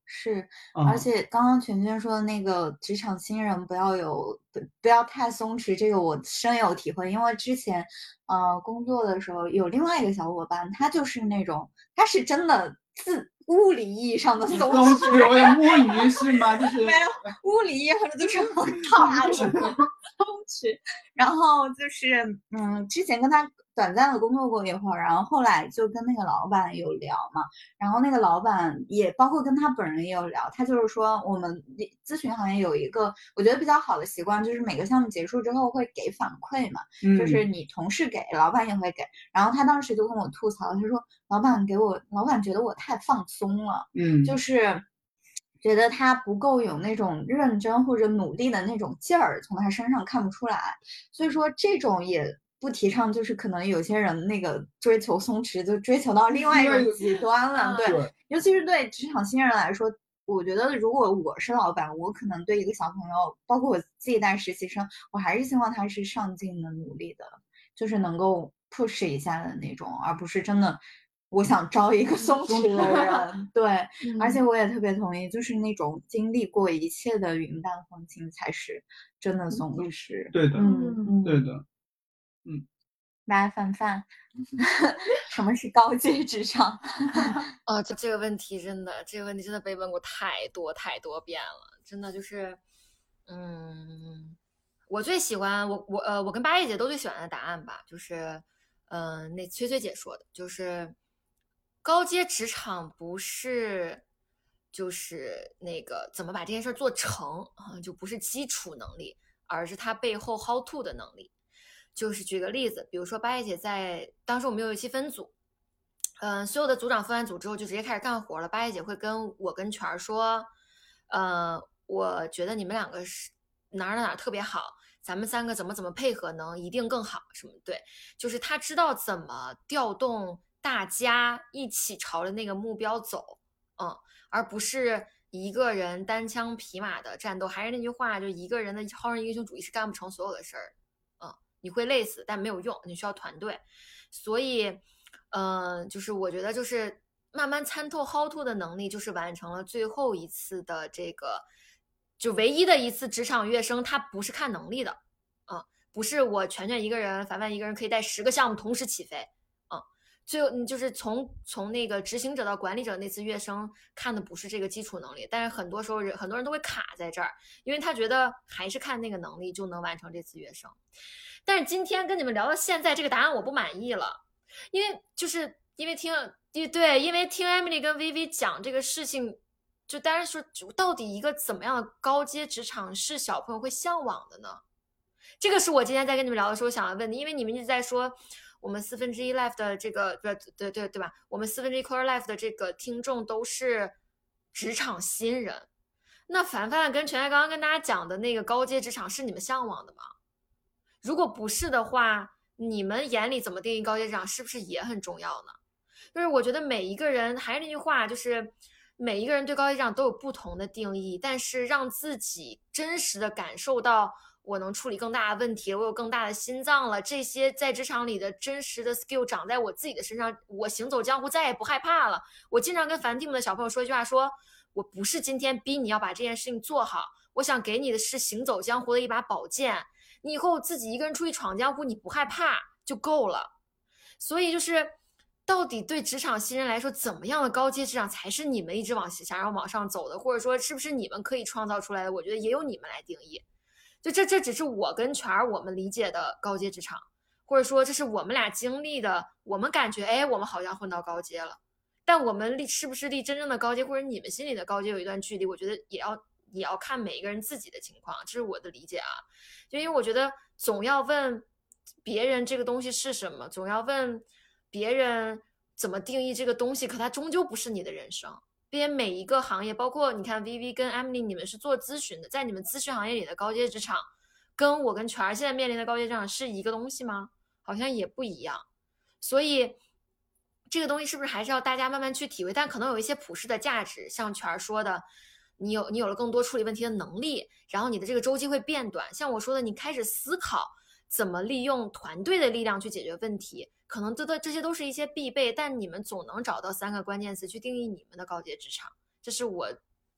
是， 嗯而且刚刚全全说的那个职场新人不要有不不要太松弛，这个我深有体会。因为之前呃工作的时候有另外一个小伙伴，他就是那种他是真的自物理意义上的松松弛， 弛，我要摸鱼是吗？就是没有物理意义上的就是很大的松弛。然后就是嗯，之前跟他短暂的工作过一会儿，然后后来就跟那个老板有聊嘛，然后那个老板也包括跟他本人也有聊，他就是说我们咨询行业有一个我觉得比较好的习惯，就是每个项目结束之后会给反馈嘛， 嗯就是你同事给，老板也会给。然后他当时就跟我吐槽，他说老板给我，老板觉得我太放松了， 嗯就是觉得他不够有那种认真或者努力的那种劲儿，从他身上看不出来。所以说这种也不提倡，就是可能有些人那个追求松弛，就追求到另外一种极端了。对， 对尤其是对职场新人来说，我觉得如果我是老板，我可能对一个小朋友，包括我自己带实习生，我还是希望他是上进的、努力的，就是能够 push 一下的那种，而不是真的我想招一个松弛的人。对， 嗯而且我也特别同意，就是那种经历过一切的云淡风轻才是真的松弛。 对的， 嗯嗯， 对的。 来范范，什么是高阶职场？ 啊，这这个问题真的，这个问题真的被问过太多太多遍了，真的就是，嗯，我最喜欢我我呃，我跟八一姐都最喜欢的答案吧，就是，嗯、呃，那崔崔姐说的，就是高阶职场不是，就是那个怎么把这件事做成啊、就不是基础能力，而是它背后 how to 的能力。就是举个例子，比如说八一姐在当时我们有一期分组。嗯，所有的组长分完组之后就直接开始干活了。八一姐会跟我跟全儿说，呃，我觉得你们两个是哪儿哪儿哪儿特别好，咱们三个怎么怎么配合能一定更好什么？对，就是他知道怎么调动大家一起朝着那个目标走，嗯，而不是一个人单枪匹马的战斗。还是那句话，就一个人的好人英雄主义是干不成所有的事儿，嗯，你会累死，但没有用，你需要团队，所以。嗯、呃，就是我觉得就是慢慢参透 how to 的能力，就是完成了最后一次的这个，就唯一的一次职场跃升，它不是看能力的，嗯，不是我全全一个人，凡凡一个人可以带十个项目同时起飞，嗯，最后就是从从那个执行者到管理者那次跃升，看的不是这个基础能力，但是很多时候人很多人都会卡在这儿，因为他觉得还是看那个能力就能完成这次跃升，但是今天跟你们聊到现在，这个答案我不满意了。因为就是因为听对，因为听 Emily 跟 Vivi 讲这个事情，就大家说，到底一个怎么样的高阶职场是小朋友会向往的呢？这个是我今天在跟你们聊的时候想要问的，因为你们一直在说我们四分之一 life 的这个，对对对对吧？我们四分之一 quarter life 的这个听众都是职场新人，那凡凡跟全全刚刚跟大家讲的那个高阶职场是你们向往的吗？如果不是的话，你们眼里怎么定义高阶职场是不是也很重要呢？就是我觉得每一个人还是那句话，就是每一个人对高阶职场都有不同的定义，但是让自己真实的感受到我能处理更大的问题，我有更大的心脏了，这些在职场里的真实的 skill 长在我自己的身上，我行走江湖再也不害怕了。我经常跟繁 team 的小朋友说一句话，说我不是今天逼你要把这件事情做好，我想给你的是行走江湖的一把宝剑，你以后自己一个人出去闯江湖，你不害怕就够了。所以就是到底对职场新人来说，怎么样的高阶职场才是你们一直往想要往上走的，或者说是不是你们可以创造出来的？我觉得也有你们来定义。就这这只是我跟全儿我们理解的高阶职场，或者说这是我们俩经历的，我们感觉哎，我们好像混到高阶了，但我们离是不是离真正的高阶，或者你们心里的高阶有一段距离，我觉得也要也要看每一个人自己的情况，这是我的理解啊。就因为我觉得总要问别人这个东西是什么，总要问别人怎么定义这个东西，可它终究不是你的人生。并且每一个行业，包括你看 Vivi 跟 Emily 你们是做咨询的，在你们咨询行业里的高阶职场跟我跟全儿现在面临的高阶职场是一个东西吗？好像也不一样。所以这个东西是不是还是要大家慢慢去体会，但可能有一些普世的价值，像全儿说的，你有你有了更多处理问题的能力，然后你的这个周期会变短，像我说的，你开始思考怎么利用团队的力量去解决问题，可能这都这些都是一些必备，但你们总能找到三个关键词去定义你们的高阶职场，这是我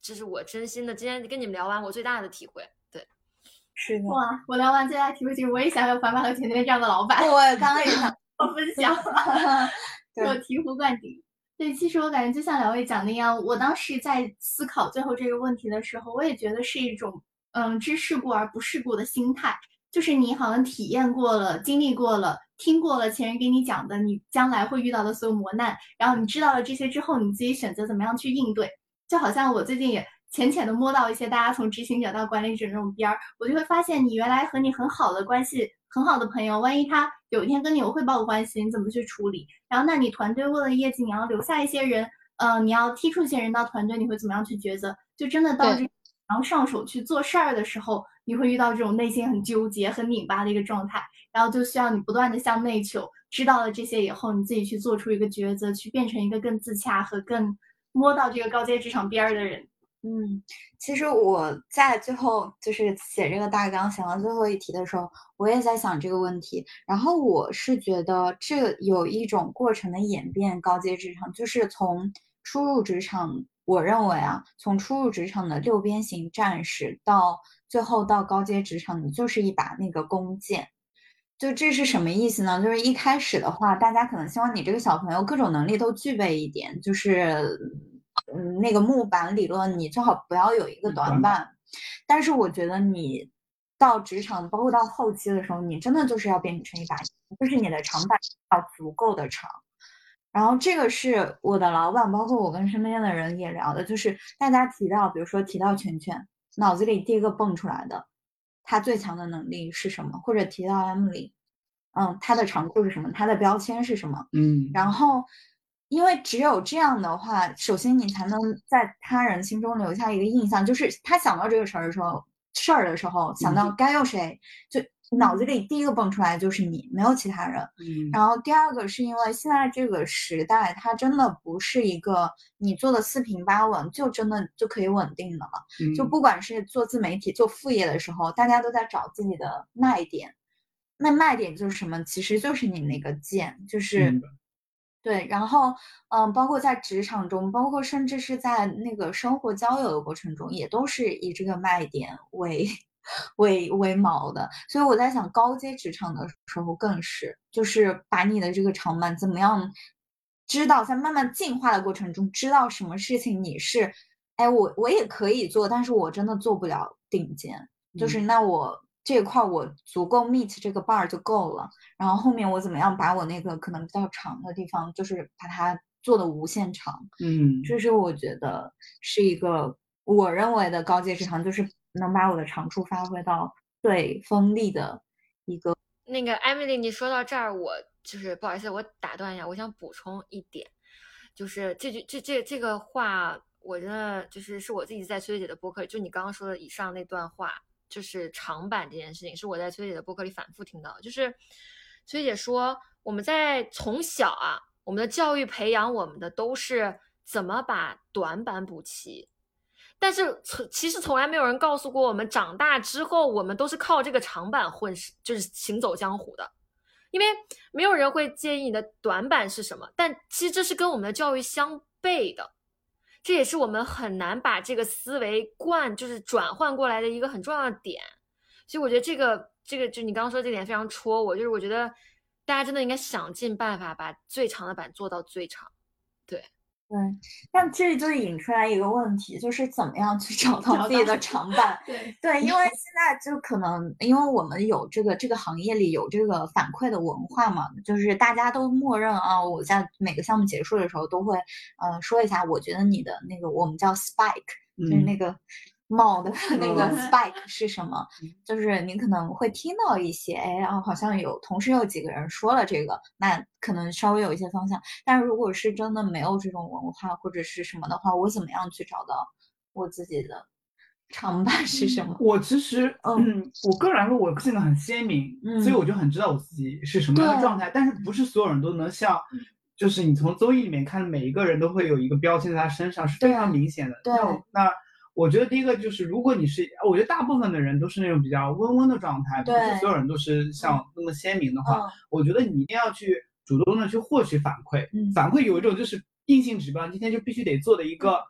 这是我真心的今天跟你们聊完我最大的体会。对， 是的。 哇，我聊完最大的体会就是我也想有凡凡和甜甜这样的老板。 我刚刚也想分享，我醍醐灌顶。对，其实我感觉就像两位讲的一样，我当时在思考最后这个问题的时候，我也觉得是一种嗯知世故而不世故的心态，就是你好像体验过了、经历过了、听过了前人给你讲的你将来会遇到的所有磨难，然后你知道了这些之后，你自己选择怎么样去应对。就好像我最近也浅浅的摸到一些大家从执行者到管理者这种边儿，我就会发现你原来和你很好的关系、很好的朋友，万一他有一天跟你有汇报关系，你怎么去处理？然后那你团队为了业绩，你要留下一些人，呃，你要踢出一些人到团队，你会怎么样去抉择？就真的到这然后上手去做事儿的时候，你会遇到这种内心很纠结、很拧巴的一个状态，然后就需要你不断的向内求，知道了这些以后，你自己去做出一个抉择，去变成一个更自洽和更摸到这个高阶职场边儿的人。 嗯，其实我在最后就是写这个大纲，写完最后一题的时候，我也在想这个问题。然后我是觉得这有一种过程的演变，高阶职场就是从初入职场，我认为啊，从初入职场的六边形战士到最后到高阶职场，你就是一把那个弓箭。就这是什么意思呢？就是一开始的话，大家可能希望你这个小朋友各种能力都具备一点，就是。嗯，那个木板理论，你最好不要有一个短板。但是我觉得你到职场，包括到后期的时候，你真的就是要变成一把，就是你的长板要足够的长。然后这个是我的老板，包括我跟身边的人也聊的，就是大家提到，比如说提到全全，脑子里第一个蹦出来的，他最强的能力是什么？或者提到 Emily， 嗯，他的长处是什么？他的标签是什么？ 嗯， 然后。因为只有这样的话，首先你才能在他人心中留下一个印象，就是他想到这个事儿的时候，事儿的时候想到该有谁，就脑子里第一个蹦出来就是你，没有其他人。 嗯， 然后第二个是因为现在这个时代，它真的不是一个你做的四平八稳就真的就可以稳定的了。 嗯、 就不管是做自媒体、做副业的时候，大家都在找自己的卖点。那卖点就是什么？其实就是你那个剑，就是。 嗯对，然后，嗯，包括在职场中，包括甚至是在那个生活交友的过程中，也都是以这个卖点为为为锚的。所以我在想，高阶职场的时候更是，就是把你的这个长板怎么样，知道在慢慢进化的过程中，知道什么事情你是，哎，我我也可以做，但是我真的做不了顶尖，就是那我。这一块我足够 meet 这个 bar 就够了，然后后面我怎么样把我那个可能比较长的地方，就是把它做的无限长， 嗯， 这是我觉得是一个我认为的高阶职场，就是能把我的长处发挥到最锋利的一个。 那个 Emily， 你说到这儿，我就是不好意思，我打断一下，我想补充一点，就是这句这这这个话，我真的就是是我自己在崔姐的播客，就你刚刚说的以上那段话。就是长板这件事情是我在崔姐的播客里反复听到，就是崔姐说我们在从小啊，我们的教育培养我们的都是怎么把短板补齐，但是其实从来没有人告诉过我们长大之后我们都是靠这个长板混，就是行走江湖的，因为没有人会介意你的短板是什么，但其实这是跟我们的教育相悖的，这也是我们很难把这个思维贯就是转换过来的一个很重要的点。所以我觉得这个这个就你刚刚说这点非常戳我，就是我觉得大家真的应该想尽办法把最长的板做到最长。对对，但这就引出来一个问题，就是怎么样去找到自己的长板。 对对，因为现在就可能因为我们有这个这个行业里有这个反馈的文化嘛，就是大家都默认啊，我在每个项目结束的时候都会呃说一下，我觉得你的那个我们叫 spike，、嗯、就是那个帽的那个 spike 是什么、嗯、就是你可能会听到一些哎啊，好像有同时有几个人说了这个，那可能稍微有一些方向。但是如果是真的没有这种文化或者是什么的话，我怎么样去找到我自己的长板是什么？ 我其实嗯，我个人来说我性格很鲜明、嗯、所以我就很知道我自己是什么样的状态，但是不是所有人都能像就是你从综艺里面看每一个人都会有一个标签在他身上，是非常明显的。 对， 那那我觉得第一个就是如果你是我觉得大部分的人都是那种比较温温的状态，不是所有人都是像那么鲜明的话、嗯、我觉得你一定要去主动的去获取反馈、嗯、反馈有一种就是硬性指标，今天就必须得做的一个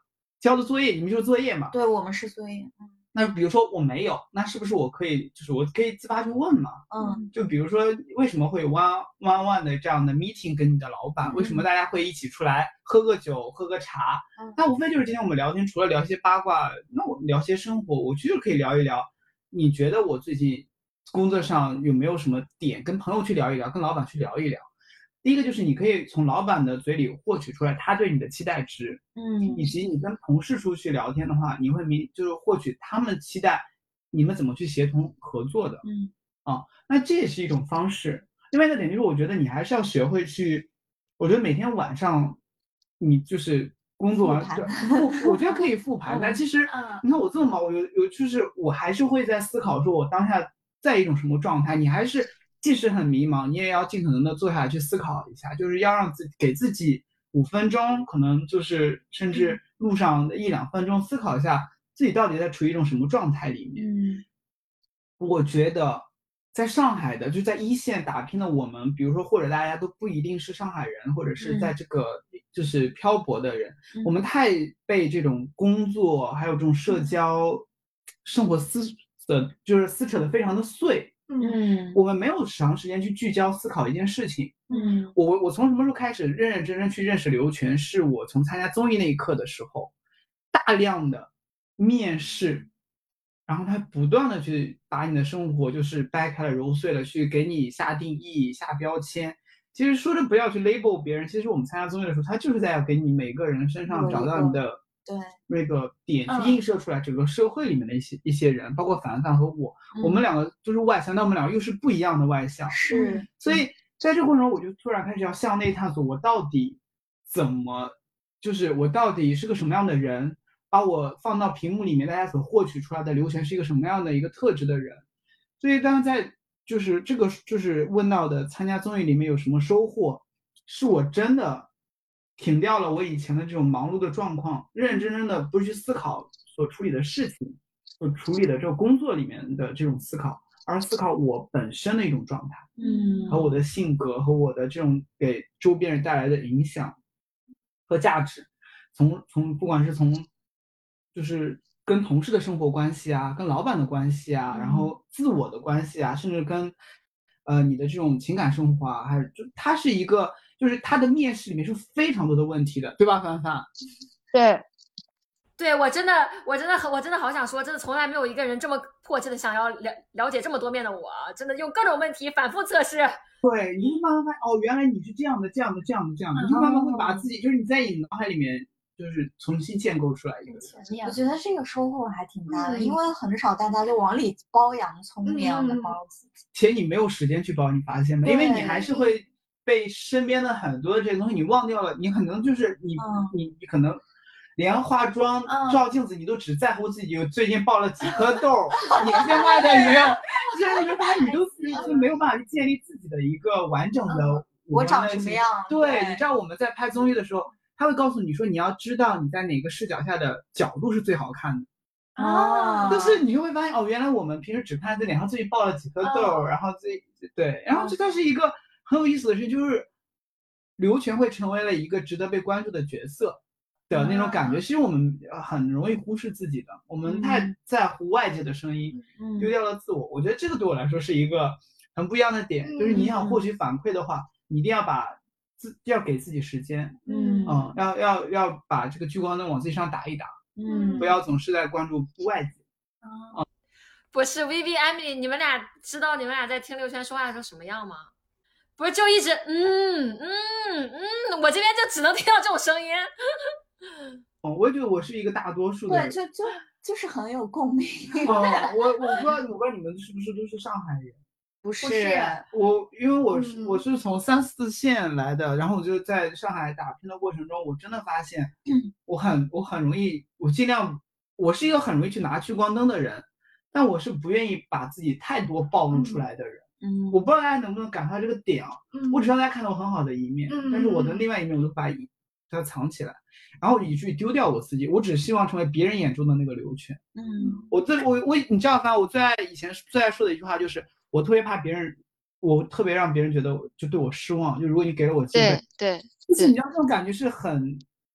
交的作业，你们就是作业嘛？ 对，我们是作业。嗯。 那比如说我没有，那是不是我可以就是我可以自发去问嘛？ 嗯。 就比如说为什么会有 one one one 的这样的 meeting 跟你的老板， 嗯、 为什么大家会一起出来喝个酒喝个茶？ 嗯、 那无非就是今天我们聊天，除了聊些八卦，那我聊些生活，我就是可以聊一聊。你觉得我最近工作上有没有什么点跟朋友去聊一聊，跟老板去聊一聊？第一个就是你可以从老板的嘴里获取出来他对你的期待值， 嗯， 以及你跟同事出去聊天的话，你会明就是获取他们期待你们怎么去协同合作的， 嗯啊，那这也是一种方式。另外一个点就是，我觉得你还是要学会去，我觉得每天晚上你就是工作完，复我觉得可以复盘，但其实你看我这么忙，我有有就是我还是会在思考说我当下在一种什么状态，你还是。即使很迷茫，你也要尽可能的坐下来去思考一下，就是要让自己给自己五分钟，可能就是甚至路上的一两分钟思考一下自己到底在处于一种什么状态里面。 嗯， 我觉得在上海的就在一线打拼的我们，比如说或者大家都不一定是上海人，或者是在这个就是漂泊的人， 嗯、 我们太被这种工作还有这种社交生活撕的，就是撕扯的非常的碎。 嗯， 我们没有长时间去聚焦思考一件事情。 嗯， 我我从什么时候开始认认真真去认识刘全？是我从参加综艺那一刻的时候，大量的面试，然后他不断的去把你的生活就是掰开了揉碎了，去给你下定义、下标签。其实说着不要去 label 别人，其实我们参加综艺的时候，他就是在要给你每个人身上找到你的。 对那个点去映射出来整个社会里面的一些、嗯、一些人，包括凡凡和我、嗯，我们两个都是外向，但我们两个又是不一样的外向， 是， 所以在这个过程中，我就突然开始要向内探索，我到底怎么，就是我到底是个什么样的人，把我放到屏幕里面，大家所获取出来的刘全是一个什么样的一个特质的人，所以当然在就是这个就是问到的参加综艺里面有什么收获，是我真的。停掉了我以前的这种忙碌的状况，认认真真的不是去思考所处理的事情，所处理的这个工作里面的这种思考，而思考我本身的一种状态， 嗯， 和我的性格和我的这种给周边人带来的影响和价值，从从不管是从就是跟同事的生活关系啊，跟老板的关系啊， 嗯、 然后自我的关系啊，甚至跟呃你的这种情感生活啊，还是就它是一个。就是他的面试里面是非常多的问题的，对吧，凡凡？ 对， 对我真的，我真的很，我真的好想说，真的从来没有一个人这么迫切的想要了了解这么多面的我，真的用各种问题反复测试。 对，你就慢慢发现，哦，原来你是这样的，这样的，这样的，这样的，你就慢慢会把自己，就是你在你脑海里面，就是重新建构出来一个。 我觉得这个收获还挺大的，嗯、因为很少大家就往里包洋葱那样的包自己， 且你没有时间去包，你发现吗？因为你还是会。被身边的很多的这些东西你忘掉了，你可能就是你、嗯、你你可能连化妆、嗯、照镜子你都只在乎自己最近爆了几颗痘，眼线画的没有，其实你就发现你都就没有办法去建立自己的一个完整的、嗯、 我长什么样。 对，对你知道我们在拍综艺的时候，他会告诉你说你要知道你在哪个视角下的角度是最好看的。 啊！ 但是你就会发现哦，原来我们平时只看在脸上最近爆了几颗痘，嗯、然后最对，然后这它是一个。很有意思的是，就是刘全会成为了一个值得被关注的角色的那种感觉。其实我们很容易忽视自己的，我们太在乎外界的声音，丢掉了自我。我觉得这个对我来说是一个很不一样的点，就是你想获取反馈的话，你一定要把自要给自己时间， 嗯嗯，要要要把这个聚光灯往自己上打一打， 嗯， 不要总是在关注外界。 嗯，不是 Vivi、Emily， 你们俩知道你们俩在听刘全说话的时候什么样吗？不是就一直嗯嗯嗯，我这边就只能听到这种声音。 哦，我觉得我是一个大多数的人， 对，就就就是很有共鸣。 哦，我我不知道，我不知道你们是不是都是上海人？ 不是， 我因为我是、嗯、我是从三四线来的，然后我就在上海打拼的过程中，我真的发现， 嗯、 我很我很容易，我尽量，我是一个很容易去拿聚光灯的人，但我是不愿意把自己太多暴露出来的人。 嗯， 我不知道大家能不能感受到这个点啊？ 嗯， 我只让大家看到我很好的一面， 嗯， 但是我的另外一面我都把它藏起来，然后以至于丢掉我自己。我只希望成为别人眼中的那个刘全。 嗯， 我最我我你知道吗？我最爱以前最爱说的一句话就是，我特别怕别人，我特别让别人觉得就对我失望。就如果你给了我机会， 对对， 就是你知道这种感觉是很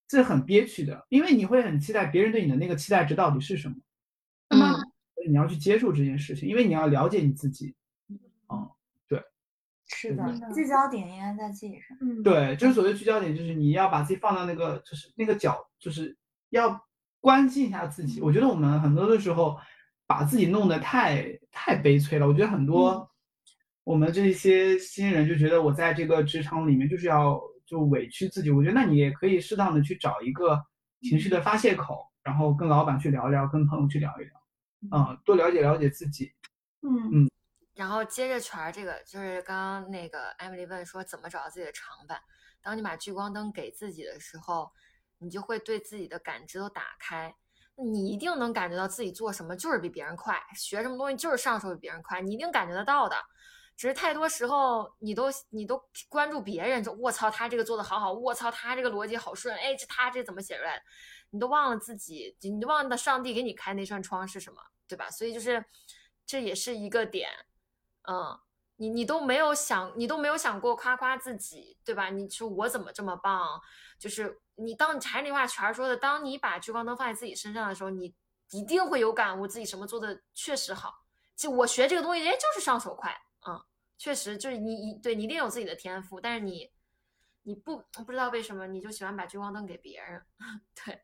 这是很憋屈的，因为你会很期待别人对你的那个期待值到底是什么。那么你要去接受这件事情，因为你要了解你自己。嗯，对， 是的，聚焦点应该在自己上。 嗯， 对，就是所谓聚焦点，就是你要把自己放到那个，就是那个角，就是要关心一下自己。我觉得我们很多的时候把自己弄得太太悲催了。我觉得很多我们这些新人就觉得我在这个职场里面就是要就委屈自己。我觉得那你也可以适当的去找一个情绪的发泄口，然后跟老板去聊聊，跟朋友去聊一聊，嗯，多了解了解自己。 嗯嗯。 然后接着全这个就是刚刚那个 Emily 问说怎么找到自己的长板。当你把聚光灯给自己的时候，你就会对自己的感知都打开，你一定能感觉到自己做什么就是比别人快，学什么东西就是上手比别人快，你一定感觉得到的。只是太多时候你都你都关注别人，就我操他这个做的好好，我操他这个逻辑好顺，哎，这他这怎么写出来的，你都忘了自己，你都忘了上帝给你开那扇窗是什么，对吧？所以就是这也是一个点。嗯，你你都没有想，你都没有想过夸夸自己，对吧？你说我怎么这么棒？就是你当你还是那句话全说的，当你把聚光灯放在自己身上的时候，你一定会有感悟自己什么做的确实好。就我学这个东西，哎，就是上手快，嗯，确实就是你一对你一定有自己的天赋，但是你你不不知道为什么你就喜欢把聚光灯给别人，对。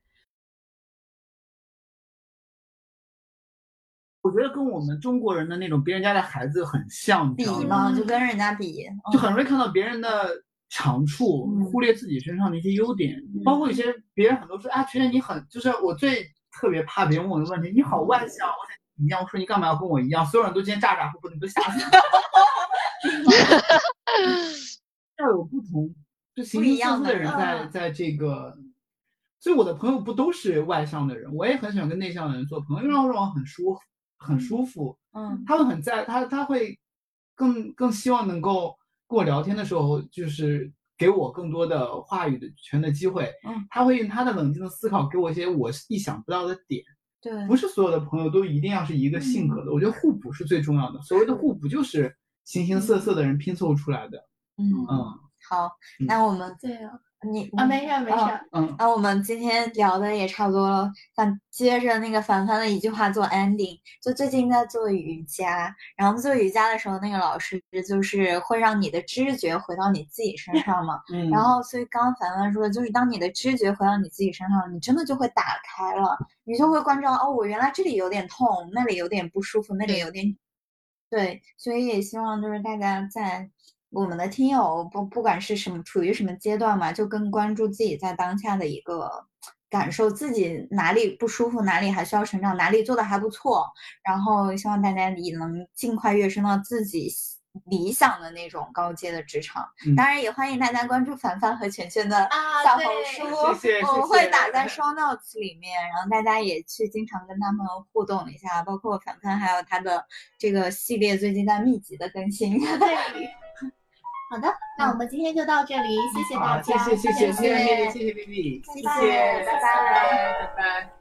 我觉得跟我们中国人的那种别人家的孩子很像， 比嘛，就跟人家比， 就很容易看到别人的长处， 嗯、 忽略自己身上的一些优点。嗯、包括一些别人很多说啊，觉得你很，就是我最特别怕别人问我的问题，你好外向，我想你一样，我说你干嘛要跟我一样？所有人都今天咋咋呼呼，你都吓死了。要有不同，就形形色色的人在在这个。所以我的朋友不都是外向的人，我也很喜欢跟内向的人做朋友，因为让我很舒服。很舒服， 嗯， 他会很在，他他会更更希望能够跟我聊天的时候，就是给我更多的话语的权的机会， 嗯， 他会用他的冷静的思考给我一些我意想不到的点， 对， 不是所有的朋友都一定要是一个性格的，嗯、我觉得互补是最重要的，所谓的互补就是形形色色的人拼凑出来的， 嗯嗯，好，那我们对啊。 你啊，没事没事。 嗯，那我们今天聊的也差不多了，想接着那个凡凡的一句话做 ending。就最近在做瑜伽，然后做瑜伽的时候，那个老师就是会让你的知觉回到你自己身上嘛。 嗯。 然后，所以刚刚凡凡说的就是，当你的知觉回到你自己身上，你真的就会打开了，你就会关照哦，我原来这里有点痛，那里有点不舒服，那里有点。对，所以也希望就是大家在。我们的听友不不管是什么处于什么阶段嘛，就更关注自己在当下的一个感受，自己哪里不舒服，哪里还需要成长，哪里做的还不错，然后希望大家也能尽快跃升到自己理想的那种高阶的职场。 嗯、 当然也欢迎大家关注凡凡和全全的小红书， 啊、谢谢我们会打在 show notes 里面，然后大家也去经常跟他们互动一下，包括凡凡还有他的这个系列最近在密集的更新。 对。好的，那我们今天就到这里，谢谢大家， 谢谢谢谢谢谢谢谢 B B， 谢谢，拜拜拜拜。